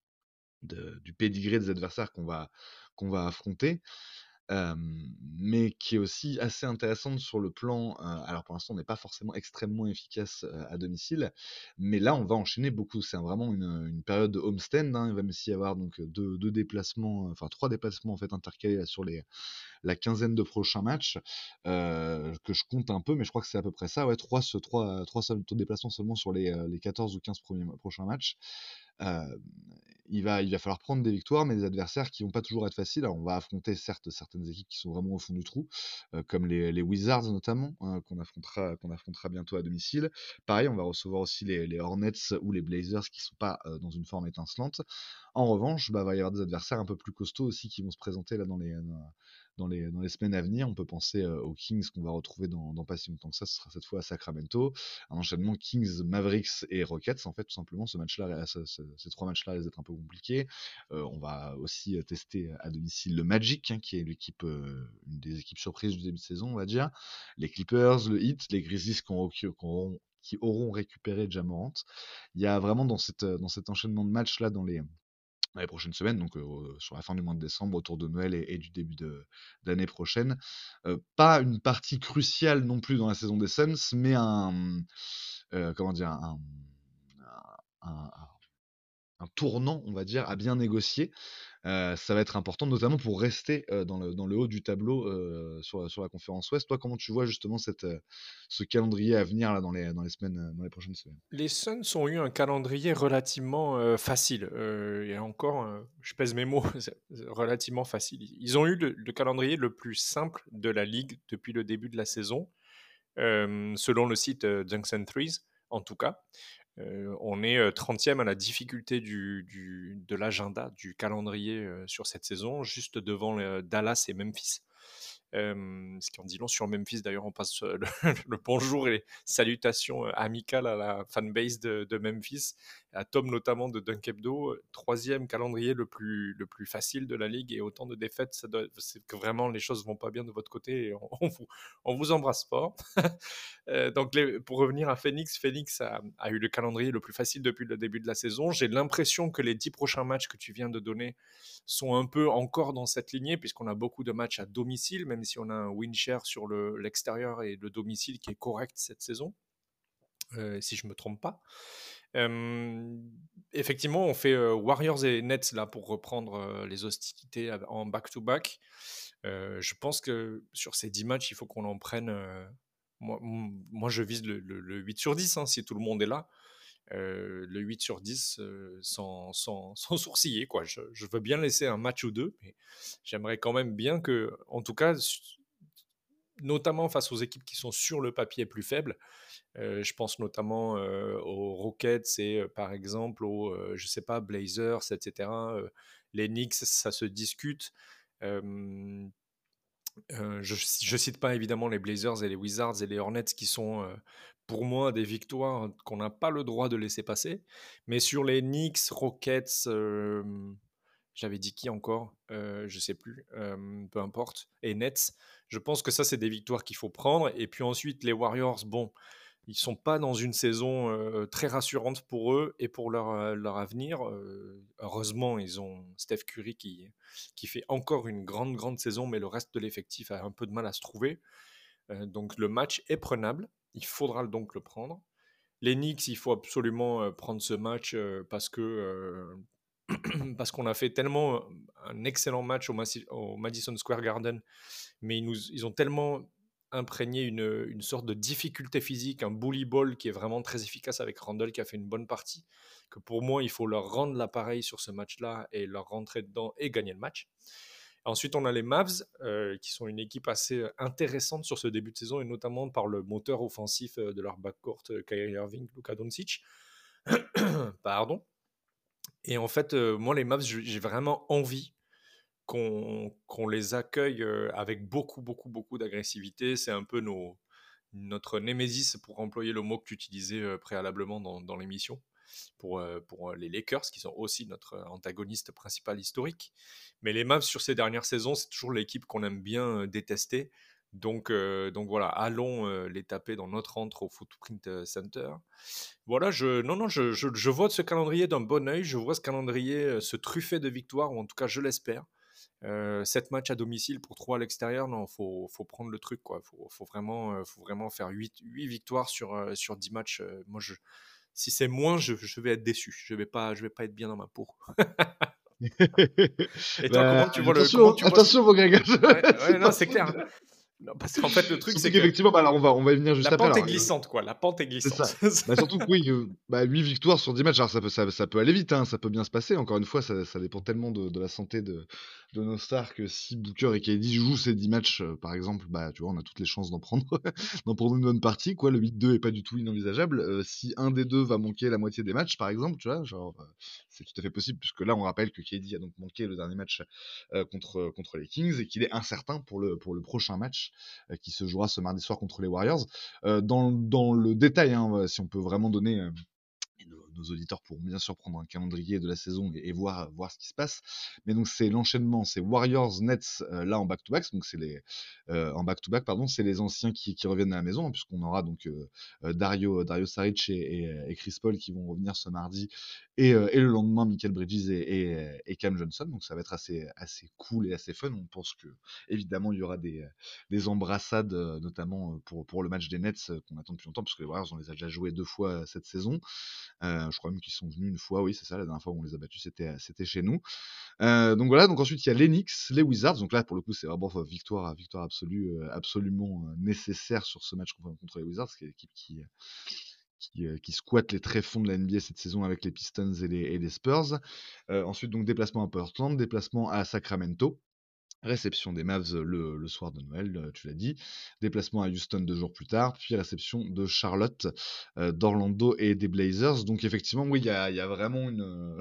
de, du pédigré des adversaires qu'on va, qu'on va affronter. Euh, mais qui est aussi assez intéressante sur le plan. Euh, alors pour l'instant, on n'est pas forcément extrêmement efficace euh, à domicile, mais là, on va enchaîner beaucoup. C'est vraiment une, une période de homestand. Hein. Il va même y avoir donc deux, deux déplacements, enfin trois déplacements en fait intercalés là, sur les, la quinzaine de prochains matchs euh, que je compte un peu, mais je crois que c'est à peu près ça. Ouais, trois, ce, trois, trois seuls déplacements seulement sur les, les quatorze ou quinze premiers prochains matchs. Euh, il va, il va falloir prendre des victoires, mais des adversaires qui vont pas toujours être faciles. Alors, on va affronter certes certaines équipes qui sont vraiment au fond du trou, euh, comme les, les Wizards notamment, hein, qu'on affrontera, qu'on affrontera bientôt à domicile. Pareil, on va recevoir aussi les, les Hornets ou les Blazers qui sont pas euh, dans une forme étincelante. En revanche, bah, va y avoir des adversaires un peu plus costauds aussi qui vont se présenter là dans les, dans les, dans les semaines à venir. On peut penser euh, aux Kings qu'on va retrouver dans, dans pas si longtemps que ça. Ce sera cette fois à Sacramento. Un enchaînement Kings, Mavericks et Rockets. En fait, tout simplement, ce match-là, ce, ce, ces trois matchs-là risquent d'être un peu compliqués. Euh, on va aussi euh, tester à domicile le Magic, hein, qui est l'équipe, euh, une des équipes surprises du début de saison, on va dire. Les Clippers, le Heat, les Grizzlies qui auront, qui auront, qui auront récupéré Ja Morant. Il y a vraiment dans, cette, dans cet enchaînement de matchs-là, dans les dans les prochaines semaines, donc euh, sur la fin du mois de décembre, autour de Noël et, et du début de, d'année prochaine. Euh, pas une partie cruciale non plus dans la saison des Suns, mais un, euh, comment dire, un, un, un, un tournant, on va dire, à bien négocier. Euh, ça va être important, notamment pour rester euh, dans, le, dans le haut du tableau euh, sur, sur la conférence Ouest. Toi, comment tu vois justement cette, euh, ce calendrier à venir là, dans, les, dans, les semaines, dans les prochaines semaines? Les Suns ont eu un calendrier relativement euh, facile. Euh, et encore, euh, je pèse mes mots, c'est relativement facile. Ils ont eu le, le calendrier le plus simple de la ligue depuis le début de la saison, euh, selon le site euh, Dunks and Threes, en tout cas. Euh, on est euh, trentième à la difficulté du, du, de l'agenda, du calendrier euh, sur cette saison, juste devant euh, Dallas et Memphis. Euh, ce qui en dit long sur Memphis. D'ailleurs, on passe euh, le, le bonjour et les salutations euh, amicales à la fanbase de, de Memphis, à Tom notamment de Dunk Hebdo. Troisième calendrier le plus, le plus facile de la ligue et autant de défaites, ça doit, c'est que vraiment les choses vont pas bien de votre côté et on, on, vous, on vous embrasse fort. euh, donc, les, pour revenir à Phoenix, Phoenix a, a eu le calendrier le plus facile depuis le début de la saison. J'ai l'impression que les dix prochains matchs que tu viens de donner sont un peu encore dans cette lignée, puisqu'on a beaucoup de matchs à domicile, même si on a un win share sur le, l'extérieur et le domicile qui est correct cette saison, euh, si je ne me trompe pas. Euh, effectivement, on fait euh, Warriors et Nets là pour reprendre euh, les hostilités en back-to-back. Euh, je pense que sur ces dix matchs, il faut qu'on en prenne. Euh, moi, moi, je vise le, le, le huit sur dix, hein, si tout le monde est là. Euh, le huit sur dix euh, sans, sans, sans sourciller, quoi. Je, je veux bien laisser un match ou deux, mais j'aimerais quand même bien que, en tout cas, notamment face aux équipes qui sont sur le papier plus faibles, euh, je pense notamment euh, aux Rockets et euh, par exemple aux, euh, je sais pas, Blazers, et cetera. Euh, les Knicks, ça se discute. Euh, euh, je, je cite pas évidemment les Blazers et les Wizards et les Hornets qui sont euh, pour moi des victoires qu'on n'a pas le droit de laisser passer. Mais sur les Knicks, Rockets, euh, j'avais dit qui encore euh, je sais plus, euh, peu importe, et Nets, je pense que ça c'est des victoires qu'il faut prendre. Et puis ensuite les Warriors, bon, ils sont pas dans une saison euh, très rassurante pour eux et pour leur, euh, leur avenir. Euh, heureusement, ils ont Steph Curry qui, qui fait encore une grande, grande saison, mais le reste de l'effectif a un peu de mal à se trouver. Euh, donc le match est prenable. Il faudra donc le prendre. Les Knicks, il faut absolument euh, prendre ce match euh, parce que euh, parce qu'on a fait tellement euh, un excellent match au, Massi- au Madison Square Garden, mais ils, nous, ils ont tellement imprégné une, une sorte de difficulté physique, un bully ball qui est vraiment très efficace avec Randall qui a fait une bonne partie, que pour moi, il faut leur rendre l'appareil sur ce match-là et leur rentrer dedans et gagner le match. Ensuite, on a les Mavs, euh, qui sont une équipe assez intéressante sur ce début de saison, et notamment par le moteur offensif euh, de leur backcourt, euh, Kyrie Irving, Luka Doncic. Pardon. Et en fait, euh, moi, les Mavs, j'ai vraiment envie qu'on qu'on les accueille euh, avec beaucoup, beaucoup, beaucoup d'agressivité. C'est un peu nos, notre némésis, pour employer le mot que tu utilisais euh, préalablement dans, dans l'émission, pour, euh, pour les Lakers, qui sont aussi notre antagoniste principal historique. Mais les Mavs, sur ces dernières saisons, c'est toujours l'équipe qu'on aime bien euh, détester. Donc, euh, donc voilà, allons euh, les taper dans notre antre au Footprint Center. Voilà, je, non, non, je, je, je vois ce calendrier d'un bon oeil. Je vois ce calendrier euh, se truffer de victoires, ou en tout cas, je l'espère. Euh, sept matchs à domicile pour trois à l'extérieur, non, faut, faut prendre le truc, quoi. Faut, faut vraiment, euh, faut vraiment faire huit victoires sur, euh, sur dix matchs. Euh, moi, je, si c'est moins, je, je vais être déçu. Je vais pas, je vais pas être bien dans ma peau. Et toi, Bah, comment tu vois le, comment attention, tu vois ce- attention, mon gars. Ouais, ouais, C'est non, pas c'est faux. clair. Non, parce qu'en fait, le truc, Surtout c'est que qu'effectivement, bah, alors on va, on va y venir juste la après. pente est Alors, euh, glissante, quoi. La pente est c'est glissante. ça. Bah, surtout que oui, euh, bah, huit victoires sur dix matchs, alors ça peut, ça, ça peut aller vite, hein, ça peut bien se passer. Encore une fois, ça, ça dépend tellement de, de la santé de, de nos stars que si Booker et K D jouent ces dix matchs, euh, par exemple, bah, tu vois, on a toutes les chances d'en prendre, d'en prendre une bonne partie. Quoi. Le huit deux est pas du tout inenvisageable. Euh, si un des deux va manquer la moitié des matchs, par exemple, tu vois, genre, euh, c'est tout à fait possible, puisque là, on rappelle que K D a donc manqué le dernier match euh, contre, contre les Kings et qu'il est incertain pour le, pour le prochain match euh, qui se jouera ce mardi soir contre les Warriors. Euh, dans, dans le détail, hein, si on peut vraiment donner, euh, nos, nos auditeurs pourront bien sûr prendre un calendrier de la saison et, et voir, voir ce qui se passe. Mais donc c'est l'enchaînement, c'est Warriors, Nets, euh, là en back-to-back, donc c'est les euh, en back-to-back, pardon, c'est les anciens qui, qui reviennent à la maison, hein, puisqu'on aura donc euh, Dario, Dario Saric et, et, et Chris Paul qui vont revenir ce mardi, et, euh, et le lendemain Michael Bridges et, et, et Cam Johnson. Donc ça va être assez, assez cool et assez fun. On pense que évidemment il y aura des, des embrassades, euh, notamment pour, pour le match des Nets euh, qu'on attend depuis longtemps, parce que les Warriors on les a déjà joués deux fois euh, cette saison. Euh, je crois même qu'ils sont venus une fois, oui c'est ça, la dernière fois où on les a battus c'était, c'était chez nous. Euh, donc voilà, donc ensuite il y a les Knicks, les Wizards, donc là pour le coup c'est vraiment euh, victoire, victoire absolue, euh, absolument euh, nécessaire sur ce match contre, contre les Wizards, qui est l'équipe qui, qui, euh, qui squatte les tréfonds de la N B A cette saison avec les Pistons et les, et les Spurs. Euh, ensuite donc déplacement à Portland, déplacement à Sacramento. Réception des Mavs le, le soir de Noël, euh, tu l'as dit. Déplacement à Houston deux jours plus tard. Puis réception de Charlotte, euh, d'Orlando et des Blazers. Donc effectivement, oui, il y a, y a vraiment une...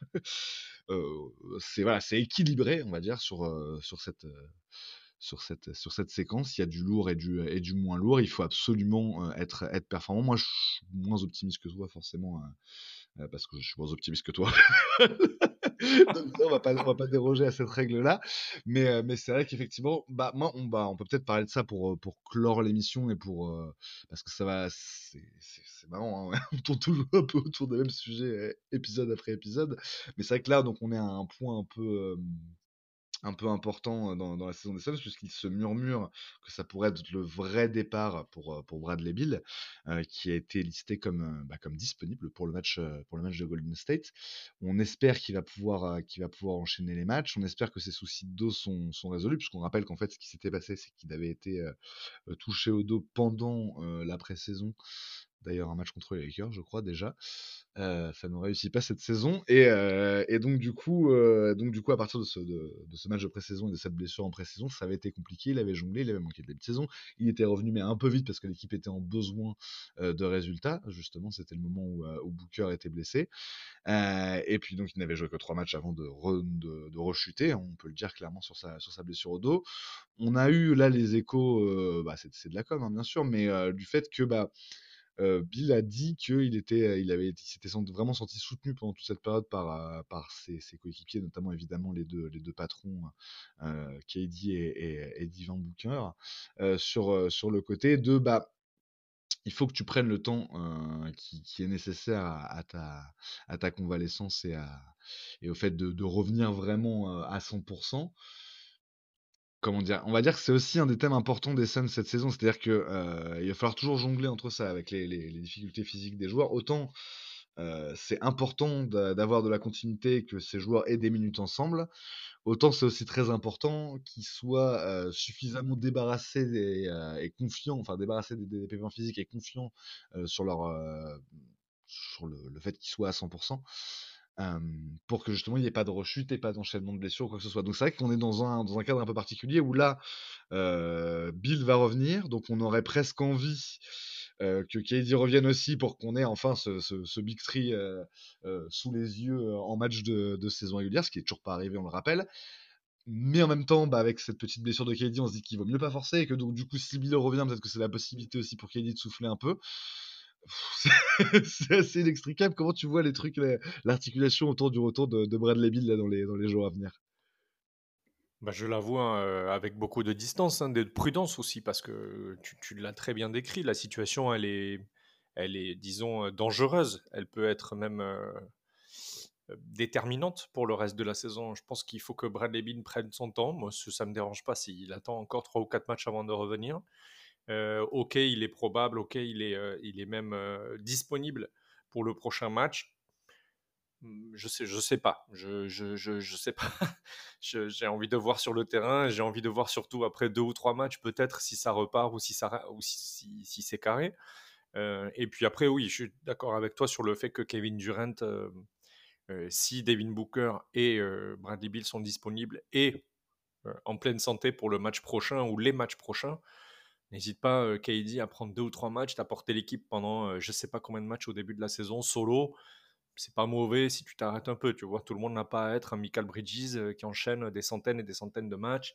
euh, c'est voilà, c'est équilibré, on va dire, sur, euh, sur cette... euh, sur cette, sur cette séquence, il y a du lourd et du, et du moins lourd. Il faut absolument euh, être, être performant. Moi, je suis moins optimiste que toi, forcément, euh, euh, parce que je suis moins optimiste que toi. Donc ça, on va pas, on va pas déroger à cette règle-là. Mais, euh, mais c'est vrai qu'effectivement, bah, moi, on, bah, on peut peut-être parler de ça pour, euh, pour clore l'émission et pour, euh, parce que ça va, c'est, c'est, c'est marrant, hein, on tourne toujours un peu autour des mêmes sujets, euh, épisode après épisode. Mais c'est vrai que là, donc, on est à un point un peu, euh, un peu important dans, dans la saison des Suns, puisqu'il se murmure que ça pourrait être le vrai départ pour, pour Bradley Beal, euh, qui a été listé comme, euh, bah, comme disponible pour le, match, euh, pour le match de Golden State. On espère qu'il va, pouvoir, euh, qu'il va pouvoir enchaîner les matchs, on espère que ses soucis de dos sont, sont résolus, puisqu'on rappelle qu'en fait ce qui s'était passé, c'est qu'il avait été euh, touché au dos pendant euh, la pré-saison. D'ailleurs, un match contre les Lakers, je crois déjà. Euh, ça ne réussit pas cette saison. Et, euh, et donc, du coup, euh, donc, du coup, à partir de ce, de, de ce match de pré-saison et de cette blessure en pré-saison, ça avait été compliqué. Il avait jonglé, il avait manqué de début de saison. Il était revenu, mais un peu vite parce que l'équipe était en besoin euh, de résultats. Justement, c'était le moment où, euh, où Booker était blessé. Euh, et puis, donc, il n'avait joué que trois matchs avant de, re, de, de rechuter. On peut le dire clairement sur sa, sur sa blessure au dos. On a eu là les échos, euh, bah, c'est, c'est de la com, hein, bien sûr, mais euh, du fait que bah, euh, Bill a dit qu'il était, il avait, il s'était vraiment senti soutenu pendant toute cette période par, euh, par ses, ses coéquipiers, notamment évidemment les deux, les deux patrons, euh, K D et, et, et Devin Booker, euh, sur, euh, sur le côté de bah, il faut que tu prennes le temps euh, qui, qui est nécessaire à, à, ta, à ta convalescence et, à, et au fait de, de revenir vraiment euh, à cent pour cent. comment dire? On va dire que c'est aussi un des thèmes importants des Suns cette saison. C'est-à-dire que, heu, il va falloir toujours jongler entre ça avec les les les difficultés physiques des joueurs. Autant, heu, c'est important d'a d'avoir de la continuité, que ces joueurs aient des minutes ensemble, autant c'est aussi très important qu'ils soient, heu, suffisamment débarrassés et heu et confiants, enfin débarrassés des des pépins physiques et confiants, heu, sur leur, heu, sur le le fait qu'ils soient à cent pour cent, hem, pour que justement il y ait pas de rechute et pas d'enchaînement de blessures ou quoi que ce soit. Donc c'est vrai qu'on est dans un dans un cadre un peu particulier où là, heu, Bill va revenir, donc on aurait presque envie, heu, que K D revienne aussi pour qu'on ait enfin ce ce ce Big Three, heu heu, sous les yeux, heu, en match de de saison régulière, ce qui est toujours pas arrivé, on le rappelle. Mais en même temps, bah, avec cette petite blessure de K D, on se dit qu'il vaut mieux pas forcer et que donc du coup, si Bill revient, peut-être que c'est la possibilité aussi pour K D de souffler un peu. C'est c'est assez inextricable. Comment tu vois les trucs, la l'articulation autour du retour de de Bradley Beal là dans les dans les jours à venir? Bah, je l'avoue, hein, heu, avec beaucoup de distance, hein, de prudence aussi parce que tu tu l'as très bien décrit. La situation, elle est elle est, disons, heu, dangereuse. Elle peut être même, heu heu, déterminante pour le reste de la saison. Je pense qu'il faut que Bradley Beal prenne son temps. Moi, ce ça me dérange pas s'il attend encore trois ou quatre matchs avant de revenir. Heu, OK, il est probable, OK, il est, heu, il est même, heu, disponible pour le prochain match. Mmh, je sais je sais pas. Je je je je sais pas. Je j'ai envie de voir sur le terrain. J'ai envie de voir surtout après deux ou trois matchs peut-être si ça repart ou si ça ra ou si si si c'est carré. Heu et puis après oui, je suis d'accord avec toi sur le fait que Kevin Durant, heu heu, si Devin Booker et heu, Bradley Beal sont disponibles et heu, en pleine santé pour le match prochain ou les matchs prochains, n'hésite pas, heu, K D à prendre deux ou trois matchs, t'apporter l'équipe pendant, heu, je sais pas combien de matchs au début de la saison solo. C'est pas mauvais si tu t'arrêtes un peu, tu vois? Tout le monde n'a pas à être un Mikal Bridges, heu, qui enchaîne des centaines et des centaines de matchs.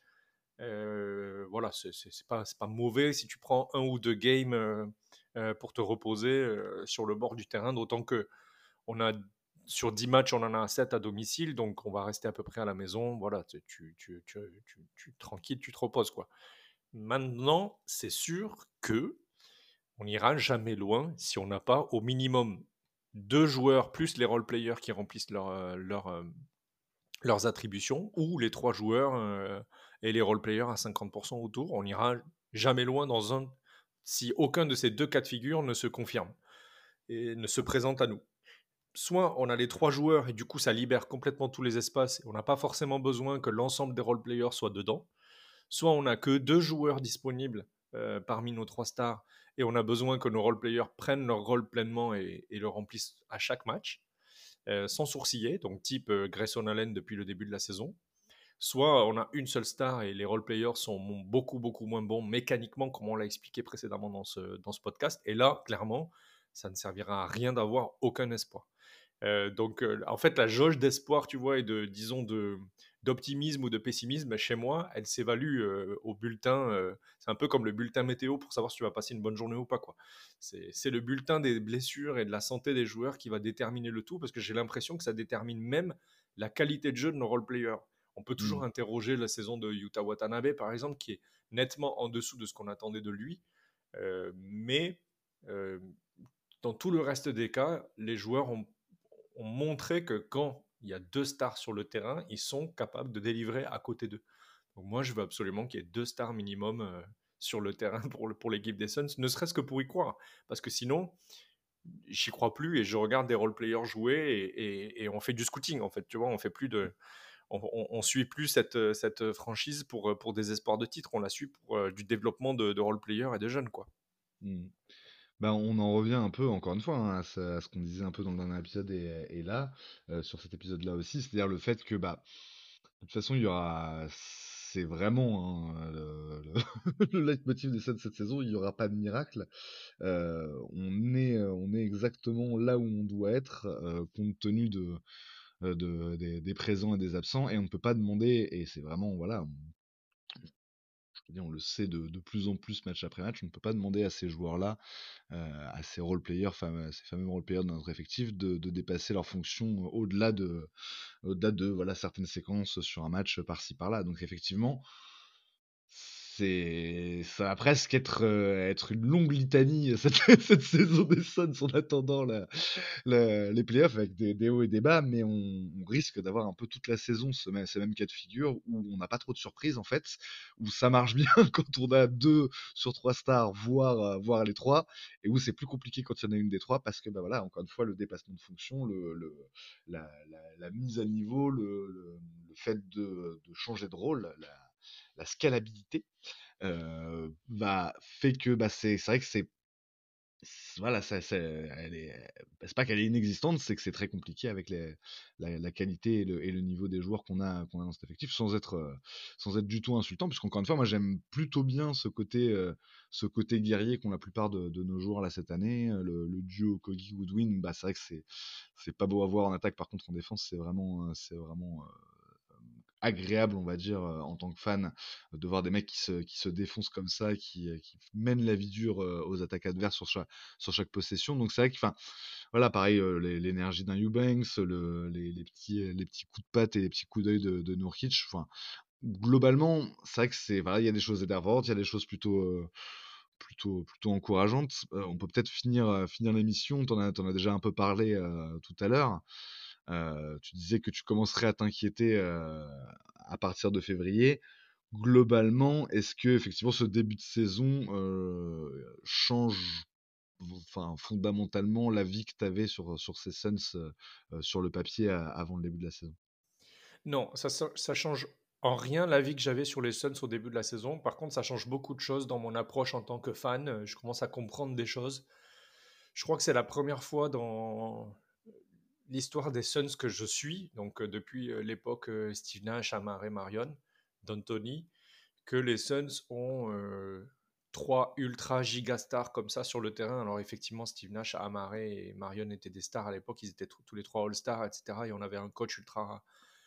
Heu, voilà, c'est c'est c'est pas c'est pas mauvais si tu prends un ou deux games, heu heu, pour te reposer, heu, sur le bord du terrain. D'autant qu'on a sur dix matchs, on en a sept à domicile, donc on va rester à peu près à la maison. Voilà, tu tu tu tu tu tu tranquille, tu te reposes, quoi. Maintenant, c'est sûr que on n'ira jamais loin si on n'a pas au minimum deux joueurs plus les role players qui remplissent leur, heu, leur, hem, leurs attributions ou les trois joueurs, heu et les role players à cinquante autour. On n'ira jamais loin dans un si aucun de ces deux cas de figure ne se confirme et ne se présente à nous. Soit on a les trois joueurs et du coup ça libère complètement tous les espaces et on n'a pas forcément besoin que l'ensemble des role players soient dedans. Soit on n'a que deux joueurs disponibles euh, parmi nos trois stars et on a besoin que nos role players prennent leur rôle pleinement et, et le remplissent à chaque match, euh, sans sourciller, donc type euh, Grayson Allen depuis le début de la saison. Soit on a une seule star et les role players sont beaucoup beaucoup moins bons mécaniquement, comme on l'a expliqué précédemment dans ce, dans ce podcast. Et là, clairement, ça ne servira à rien d'avoir aucun espoir. Euh, donc, euh, en fait, la jauge d'espoir, tu vois, et de, disons, de, d'optimisme ou de pessimisme, chez moi, elle s'évalue euh, au bulletin. Euh, c'est un peu comme le bulletin météo pour savoir si tu vas passer une bonne journée ou pas, quoi. C'est, c'est le bulletin des blessures et de la santé des joueurs qui va déterminer le tout, parce que j'ai l'impression que ça détermine même la qualité de jeu de nos role-players. On peut toujours Mmh. interroger la saison de Yuta Watanabe, par exemple, qui est nettement en dessous de ce qu'on attendait de lui. Euh, mais euh, dans tout le reste des cas, les joueurs ont, ont montré que quand il y a deux stars sur le terrain, ils sont capables de délivrer à côté d'eux. Donc moi, je veux absolument qu'il y ait deux stars minimum euh, sur le terrain pour, le, pour l'équipe des Suns, ne serait-ce que pour y croire. Parce que sinon, j'y crois plus et je regarde des role-players jouer et, et, et on fait du scouting, en fait. Tu vois, on fait plus de... On, on, on suit plus cette, cette franchise pour, pour des espoirs de titre, on la suit pour euh, du développement de, de role-players et de jeunes, quoi. Mmh. Bah, on en revient un peu, encore une fois, hein, à ce, à ce qu'on disait un peu dans le dernier épisode et, et là, euh, sur cet épisode-là aussi, c'est-à-dire le fait que, bah, de toute façon, il y aura, c'est vraiment hein, le, le, le leitmotiv des Suns cette saison, il n'y aura pas de miracle. Euh, on est, on est exactement là où on doit être, euh, compte tenu de, euh, de, des, des présents et des absents, et on ne peut pas demander, et c'est vraiment, voilà, on, je veux dire, on le sait de, de plus en plus match après match, on ne peut pas demander à ces joueurs-là, euh, à ces role-players, fam- ces fameux role-players de notre effectif, de, de dépasser leurs fonctions euh, au-delà de, au-delà de voilà, certaines séquences sur un match par-ci par-là. Donc effectivement, c'est ça va presque être, heu, être une longue litanie, cette cette saison des Suns en attendant la la les playoffs avec des des hauts et des bas, mais on on risque d'avoir un peu toute la saison ce même ce même cas de figure où on n'a pas trop de surprises en fait, où ça marche bien quand on a deux sur trois stars, voire, heu, voire les trois, et où c'est plus compliqué quand il y en a une des trois parce que, bah, voilà, encore une fois, le dépassement de fonction, le le la la la mise à niveau, le le le fait de de changer de rôle, la la scalabilité, heu, bah, fait que, bah, c'est c'est vrai que c'est c voilà, ça c'est elle est bah, c'est pas qu'elle est inexistante, c'est que c'est très compliqué avec les la la qualité et le et le niveau des joueurs qu'on a qu'on a dans cet effectif, sans être, heu, sans être du tout insultant. Puisqu'encore une fois, moi j'aime plutôt bien ce côté, heu, ce côté guerrier qu'ont la plupart de de nos joueurs là cette année. Heu, le le duo Okogie-Goodwin, bah, c'est vrai que c'est c'est pas beau à voir en attaque, par contre en défense, c'est vraiment, heu, c'est vraiment, heu, agréable, on va dire, heu, en tant que fan, de voir des mecs qui se qui se défoncent comme ça, qui, heu, qui mènent la vie dure, heu, aux attaques adverses sur chaque sur chaque possession. Donc c'est vrai que, enfin, voilà, pareil, heu, l'é l'énergie d'un Eubanks, le les les petits, heu, les petits coups de patte et les petits coups d'œil de de Nurkic, enfin, globalement, c'est vrai que c'est voilà, il y a des choses énervantes, il y a des choses plutôt, heu, plutôt plutôt encourageantes. Heu, on peut peut-être finir, heu, finir l'émission, tu en as tu en as déjà un peu parlé, heu, tout à l'heure. Heu, tu disais que tu commencerais à t'inquiéter, heu, à partir de février. Globalement, est-ce qu'effectivement ce début de saison, heu, change v enfin, fondamentalement la vie que tu avais sur, sur ces Suns, heu heu, sur le papier a avant le début de la saison? Non, ça ça ça change en rien l'avis que j'avais sur les Suns au début de la saison. Par contre, ça change beaucoup de choses dans mon approche en tant que fan. Heu, je commence à comprendre des choses. Je crois que c'est la première fois dans l'histoire des Suns que je suis, donc heu, depuis, heu, l'époque, heu, Steve Nash, Amar'e Marion, D'Antoni, que les Suns ont, heu, trois ultra giga stars comme ça sur le terrain. Alors effectivement, Steve Nash, Amar'e et Marion étaient des stars à l'époque. Ils étaient tous tous les trois all-stars et cetera, et on avait un coach ultra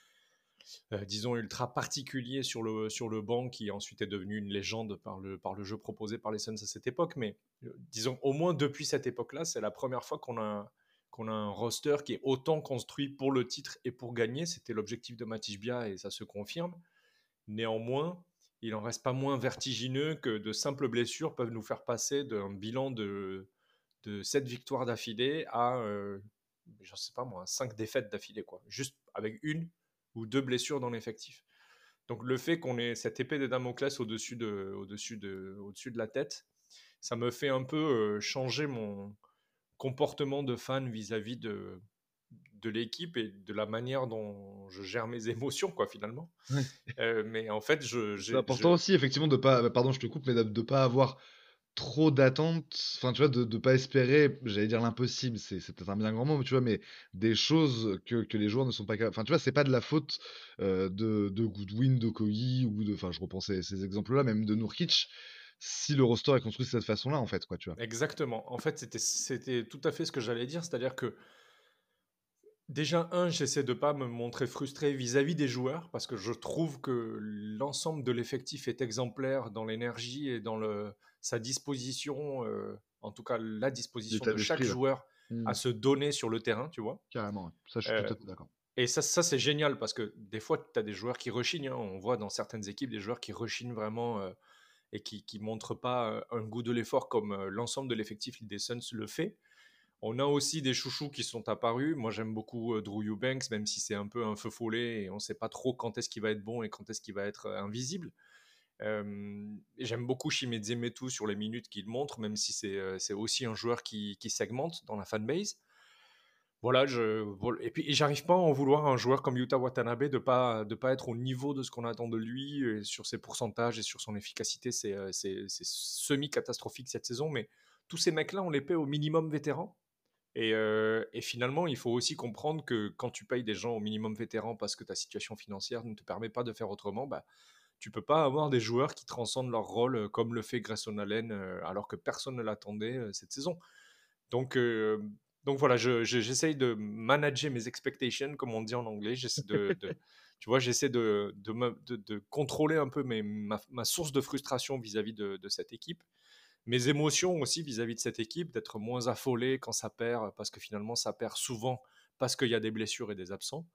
euh, disons, ultra particulier sur le, sur le banc qui ensuite est devenu une légende par le, par le jeu proposé par les Suns à cette époque. Mais euh, disons, au moins depuis cette époque-là, c'est la première fois qu'on a, qu'on a un roster qui est autant construit pour le titre et pour gagner. C'était l'objectif de Matisse Bia et ça se confirme. Néanmoins, il n'en reste pas moins vertigineux que de simples blessures peuvent nous faire passer d'un bilan de, de sept victoires d'affilée à, euh, je ne sais pas moi, cinq défaites d'affilée, quoi. Juste avec une ou deux blessures dans l'effectif. Donc le fait qu'on ait cette épée de Damoclès au-dessus de, au-dessus de, au-dessus de la tête, ça me fait un peu euh, changer mon comportement de fan vis-à-vis de, de l'équipe et de la manière dont je gère mes émotions, quoi, finalement. Ouais. Euh, mais en fait, je, C'est j'ai- je, important aussi effectivement de pas bah, pardon, je te coupe, mais de de pas avoir trop d'attentes, enfin, tu vois, de de pas espérer, j'allais dire l'impossible, c'est c'est peut-être un bien grand mot, mais tu vois, mais des choses que que les joueurs ne sont pas capables, enfin, tu vois, c'est pas de la faute, heu, de de Goodwin, d'Okogie ou de, enfin, je reprends ces ces exemples-là, même de Nurkic, si le roster est construit de cette façon-là, en fait, quoi, tu vois? exactement. En fait, c'était, c'était tout à fait ce que j'allais dire, c'est-à-dire que déjà, un, j'essaie de pas me montrer frustré vis-à-vis des joueurs parce que je trouve que l'ensemble de l'effectif est exemplaire dans l'énergie et dans le, sa disposition, euh, en tout cas la disposition L'état de chaque d'esprit, ouais. joueur Mmh. à se donner sur le terrain, tu vois. Carrément, ouais. Ça, je suis Euh, tout à fait d'accord. et ça, ça c'est génial parce que des fois, tu as des joueurs qui rechignent, hein. On voit dans certaines équipes des joueurs qui rechignent vraiment euh, et qui ne montrent pas euh, un goût de l'effort comme euh, l'ensemble de l'effectif des Suns le fait. On a aussi des chouchous qui sont apparus. Moi, j'aime beaucoup euh, Drew Eubanks, même si c'est un peu un feu follet et on ne sait pas trop quand est-ce qu'il va être bon et quand est-ce qu'il va être euh, invisible. Euh, et j'aime beaucoup Chimezie Metu sur les minutes qu'il montre, même si c'est euh, c'est aussi un joueur qui, qui segmente dans la fanbase. Voilà, je, voilà. Et puis et j'arrive pas à en vouloir à un joueur comme Yuta Watanabe de pas de pas être au niveau de ce qu'on attend de lui et sur ses pourcentages et sur son efficacité, c'est euh, c'est c'est semi-catastrophique cette saison. Mais tous ces mecs-là, on les paie au minimum vétéran. Et, euh, et finalement, il faut aussi comprendre que quand tu payes des gens au minimum vétéran parce que ta situation financière ne te permet pas de faire autrement, bah, tu peux pas avoir des joueurs qui transcendent leur rôle euh, comme le fait Grayson Allen euh, alors que personne ne l'attendait euh, cette saison. Donc, euh, donc voilà, je, je, j'essaye de manager mes expectations, comme on dit en anglais. J'essaie de, de tu vois, j'essaie de, de, me, de, de contrôler un peu mes, ma, ma source de frustration vis-à-vis de, de cette équipe, mes émotions aussi vis-à-vis de cette équipe, d'être moins affolé quand ça perd, parce que finalement ça perd souvent parce qu'il y a des blessures et des absents.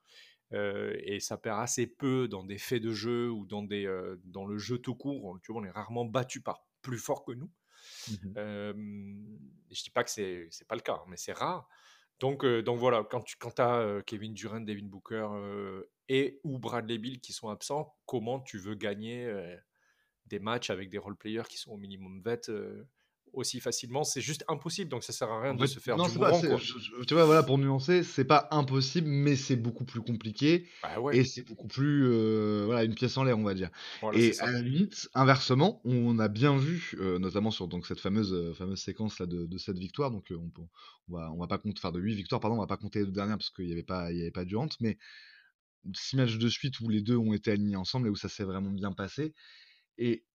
euh, et ça perd assez peu dans des faits de jeu ou dans, des, euh, dans le jeu tout court. On, tu vois, on est rarement battu par plus fort que nous. Mhm. Euh, je dis pas que c'est c'est pas le cas, mais c'est rare. Donc, euh, donc voilà, quand tu quand as euh, Kevin Durant, Devin Booker euh, et ou Bradley Beal qui sont absents, comment tu veux gagner euh, des matchs avec des role-players qui sont au minimum vet euh, aussi facilement? C'est juste impossible, donc ça sert à rien En de fait, se faire non, du c'est pas, mourant, c'est, quoi. je- je- tu vois, voilà, pour nuancer, c'est pas impossible, mais c'est beaucoup plus compliqué Bah ouais, et c'est beaucoup plus, euh, voilà, une pièce en l'air, on va dire. voilà, c'est Et à ça. la limite, inversement, on a bien vu, euh, notamment sur donc cette fameuse euh, fameuse séquence là de, de cette victoire, donc euh, on, peut- on va on va pas compter, enfin de huit victoires, pardon, on va pas compter les deux dernières parce qu'il y avait pas il y avait pas Durant, mais six matchs de suite où les deux ont été alignés ensemble et où ça s'est vraiment bien passé. Et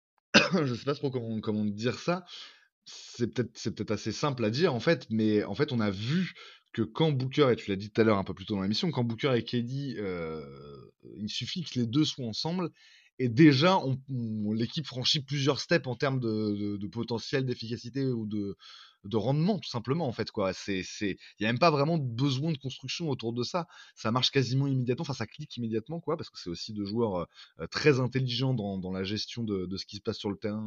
je sais pas trop comment comment dire ça. C'est peut-être c'est peut-être assez simple à dire en fait, mais en fait on a vu que quand Booker, et tu l'as dit tout à l'heure un peu plus tôt dans l'émission, quand Booker et K D, euh, il suffit que les deux soient ensemble, et déjà on, on- l'équipe franchit plusieurs steps en termes de, de- de potentiel, d'efficacité ou de, de rendement tout simplement en fait quoi. C'est, c'est, il y a même pas vraiment besoin de construction autour de ça. Ça marche quasiment immédiatement, enfin ça clique immédiatement quoi, parce que c'est aussi deux joueurs euh, très intelligents dans, dans la gestion de, de ce qui se passe sur le terrain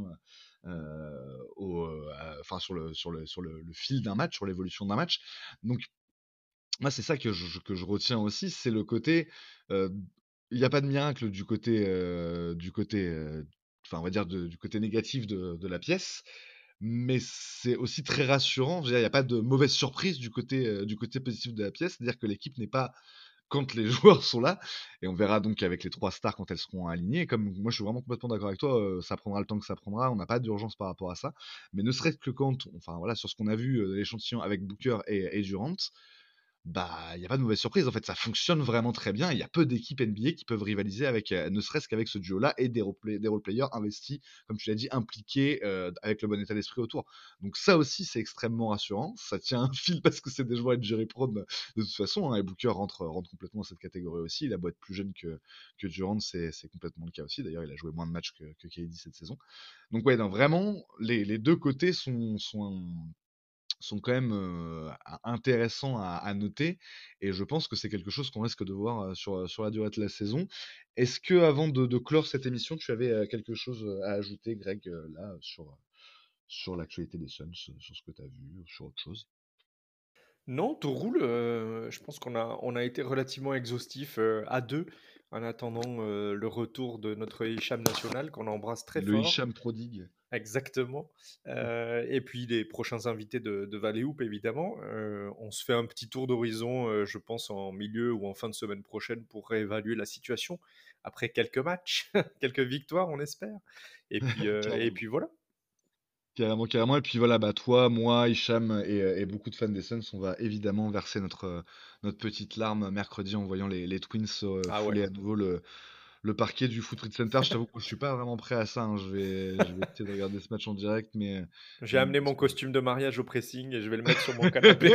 euh, au, euh, à- enfin sur le sur le sur le, le fil d'un match, sur l'évolution d'un match. Donc moi c'est ça que je, que je retiens aussi, c'est le côté, euh, il n'y a pas de miracle du côté euh, du côté, euh, enfin on va dire de- du côté négatif de, de la pièce. Mais c'est aussi très rassurant. Je veux dire, il n'y a pas de mauvaise surprise du côté, euh, du côté positif de la pièce. C'est-à-dire que l'équipe n'est pas quand les joueurs sont là. Et on verra donc avec les trois stars quand elles seront alignées. Comme moi, je suis vraiment complètement d'accord avec toi. euh, ça prendra le temps que ça prendra. On n'a pas d'urgence par rapport à ça. Mais ne serait-ce que quand, enfin voilà, sur ce qu'on a vu euh, de l'échantillon avec Booker et, et Durant, bah, il y a pas de mauvaise surprise. En fait, ça fonctionne vraiment très bien. Il y a peu d'équipes N B A qui peuvent rivaliser avec, euh, ne serait-ce qu'avec ce duo-là et des role des role-players investis, comme tu l'as dit, impliqués euh, avec le bon état d'esprit autour. Donc ça aussi, c'est extrêmement rassurant. Ça tient un fil parce que c'est des joueurs injury prone de toute façon. Hein, et Booker rentre, rentre complètement dans cette catégorie aussi. Il a beau être plus jeune que, que Durant, c'est c'est complètement le cas aussi. D'ailleurs, il a joué moins de matchs que, que K D cette saison. Donc ouais, non, vraiment, les, les deux côtés sont, sont, sont quand même euh, intéressants à, à noter, et je pense que c'est quelque chose qu'on risque de voir euh, sur, sur la durée de la saison. Est-ce que avant de, de clore cette émission, tu avais euh, quelque chose à ajouter, Greg, euh, là, sur, sur l'actualité des Suns, sur ce que tu as vu, ou sur autre chose? Non, tout roule. Euh, je pense qu'on a, on a été relativement exhaustif euh, à deux en attendant euh, le retour de notre Hicham national qu'on embrasse très Le fort. Hicham prodigue. Exactement. Euh, et puis les prochains invités de, de Valley Hoop, évidemment. Euh, on se fait un petit tour d'horizon, euh, je pense, en milieu ou en fin de semaine prochaine pour réévaluer la situation après quelques matchs, quelques victoires, on espère. Et puis, euh, et Carrément. puis voilà. Carrément, carrément. Et puis voilà, bah toi, moi, Hicham et, euh, et beaucoup de fans des Suns, on va évidemment verser notre, euh, notre petite larme mercredi en voyant les, les Twins euh, Ah ouais. fouler à nouveau le, le parquet du Foot Trade Center. Je t'avoue que je suis pas vraiment prêt à ça. Hein. Je vais, je vais essayer de regarder ce match en direct, mais. J'ai mais amené bon, mon costume de mariage au pressing et je vais le mettre sur mon canapé.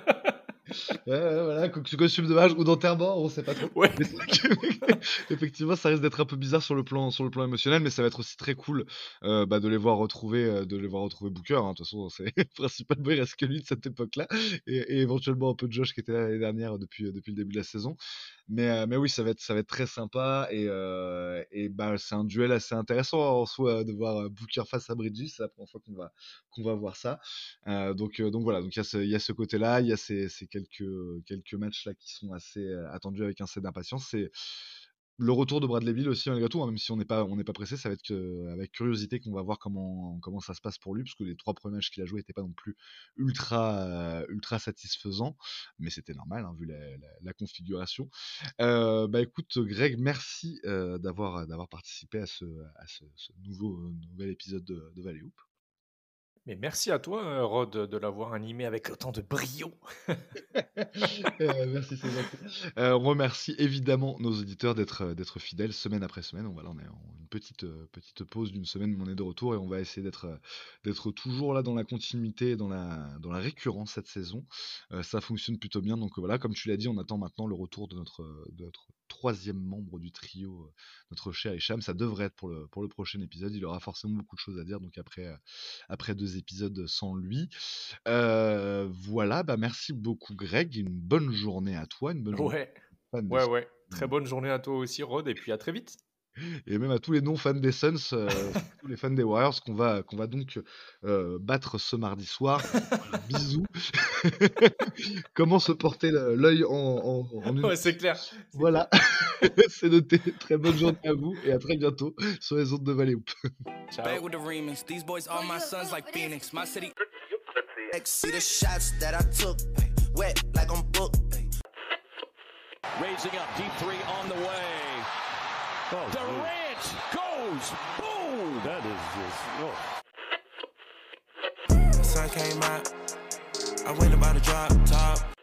ouais, ouais, voilà, co- ce costume de mage ou d'enterrement, on sait pas trop. Ouais. Mais c'est vrai que, effectivement, ça risque d'être un peu bizarre sur le plan, sur le plan émotionnel, mais ça va être aussi très cool euh, bah, de les voir retrouver, euh, de les voir retrouver Booker. Hein. De toute façon, c'est principalement il reste que lui de cette époque-là, et, et éventuellement un peu de Josh qui était là l'année dernière depuis, depuis le début de la saison. Mais, euh, mais oui, ça va être, ça va être très sympa, et, euh, et bah, c'est un duel assez intéressant en soi de voir euh, Booker face à Bridges. C'est la première fois qu'on va, qu'on va voir ça. Euh, donc, euh, donc voilà, donc il y a ce, il y a ce côté-là, il y a ces, ces quelques, quelques matchs là qui sont assez euh, attendus avec un assez d'impatience. C'est le retour de Bradley Beal aussi malgré tout, hein, même si on n'est pas, on n'est pas pressé, ça va être que, avec curiosité qu'on va voir comment, comment ça se passe pour lui, parce que les trois premiers matchs qu'il a joués n'étaient pas non plus ultra, euh, ultra satisfaisants, mais c'était normal hein, vu la, la, la configuration. Euh, bah écoute, Greg, merci euh, d'avoir, d'avoir participé à ce, à ce, ce nouveau, euh, nouvel épisode de, de Valley Hoop. Mais merci à toi, euh, Rod, de l'avoir animé avec autant de brio. Euh, merci, c'est gentil. Euh, on remercie évidemment nos auditeurs d'être euh, d'être fidèles semaine après semaine. On, voilà, on est en une petite, euh, petite pause d'une semaine, mais on est de retour et on va essayer d'être euh, d'être toujours là dans la continuité, et dans la, dans la récurrence cette saison. Euh, ça fonctionne plutôt bien. Donc euh, voilà, comme tu l'as dit, on attend maintenant le retour de notre, euh, de notre troisième membre du trio, euh, notre cher Hicham. Ça devrait être pour le, pour le prochain épisode. Il aura forcément beaucoup de choses à dire. Donc après, euh, après deux épisodes sans lui. Euh, voilà, bah merci beaucoup Greg, une bonne journée à toi, une bonne journée Ouais. fans des Ouais, Suns. ouais. Très bonne journée à toi aussi, Rod, et puis à très vite. Et même à tous les non-fans des Suns, euh, tous les fans des Warriors qu'on va, qu'on va donc euh, battre ce mardi soir. Voilà, bisous. Comment se porter le- l'œil en, en, en une... Ouais, c'est clair. c'est Voilà, c'est noté. Très bonne journée à vous et à très bientôt sur les ondes de Valley Hoop. clair. Ciao. Back with the remix. These boys are my sons like Phoenix. My city. See the shots that I took. Wet like I'm booked. Raising up, deep three on the way. Oh, geez. Durant goes, boom! That is just. Oh. Sun came out. I went about a drop top.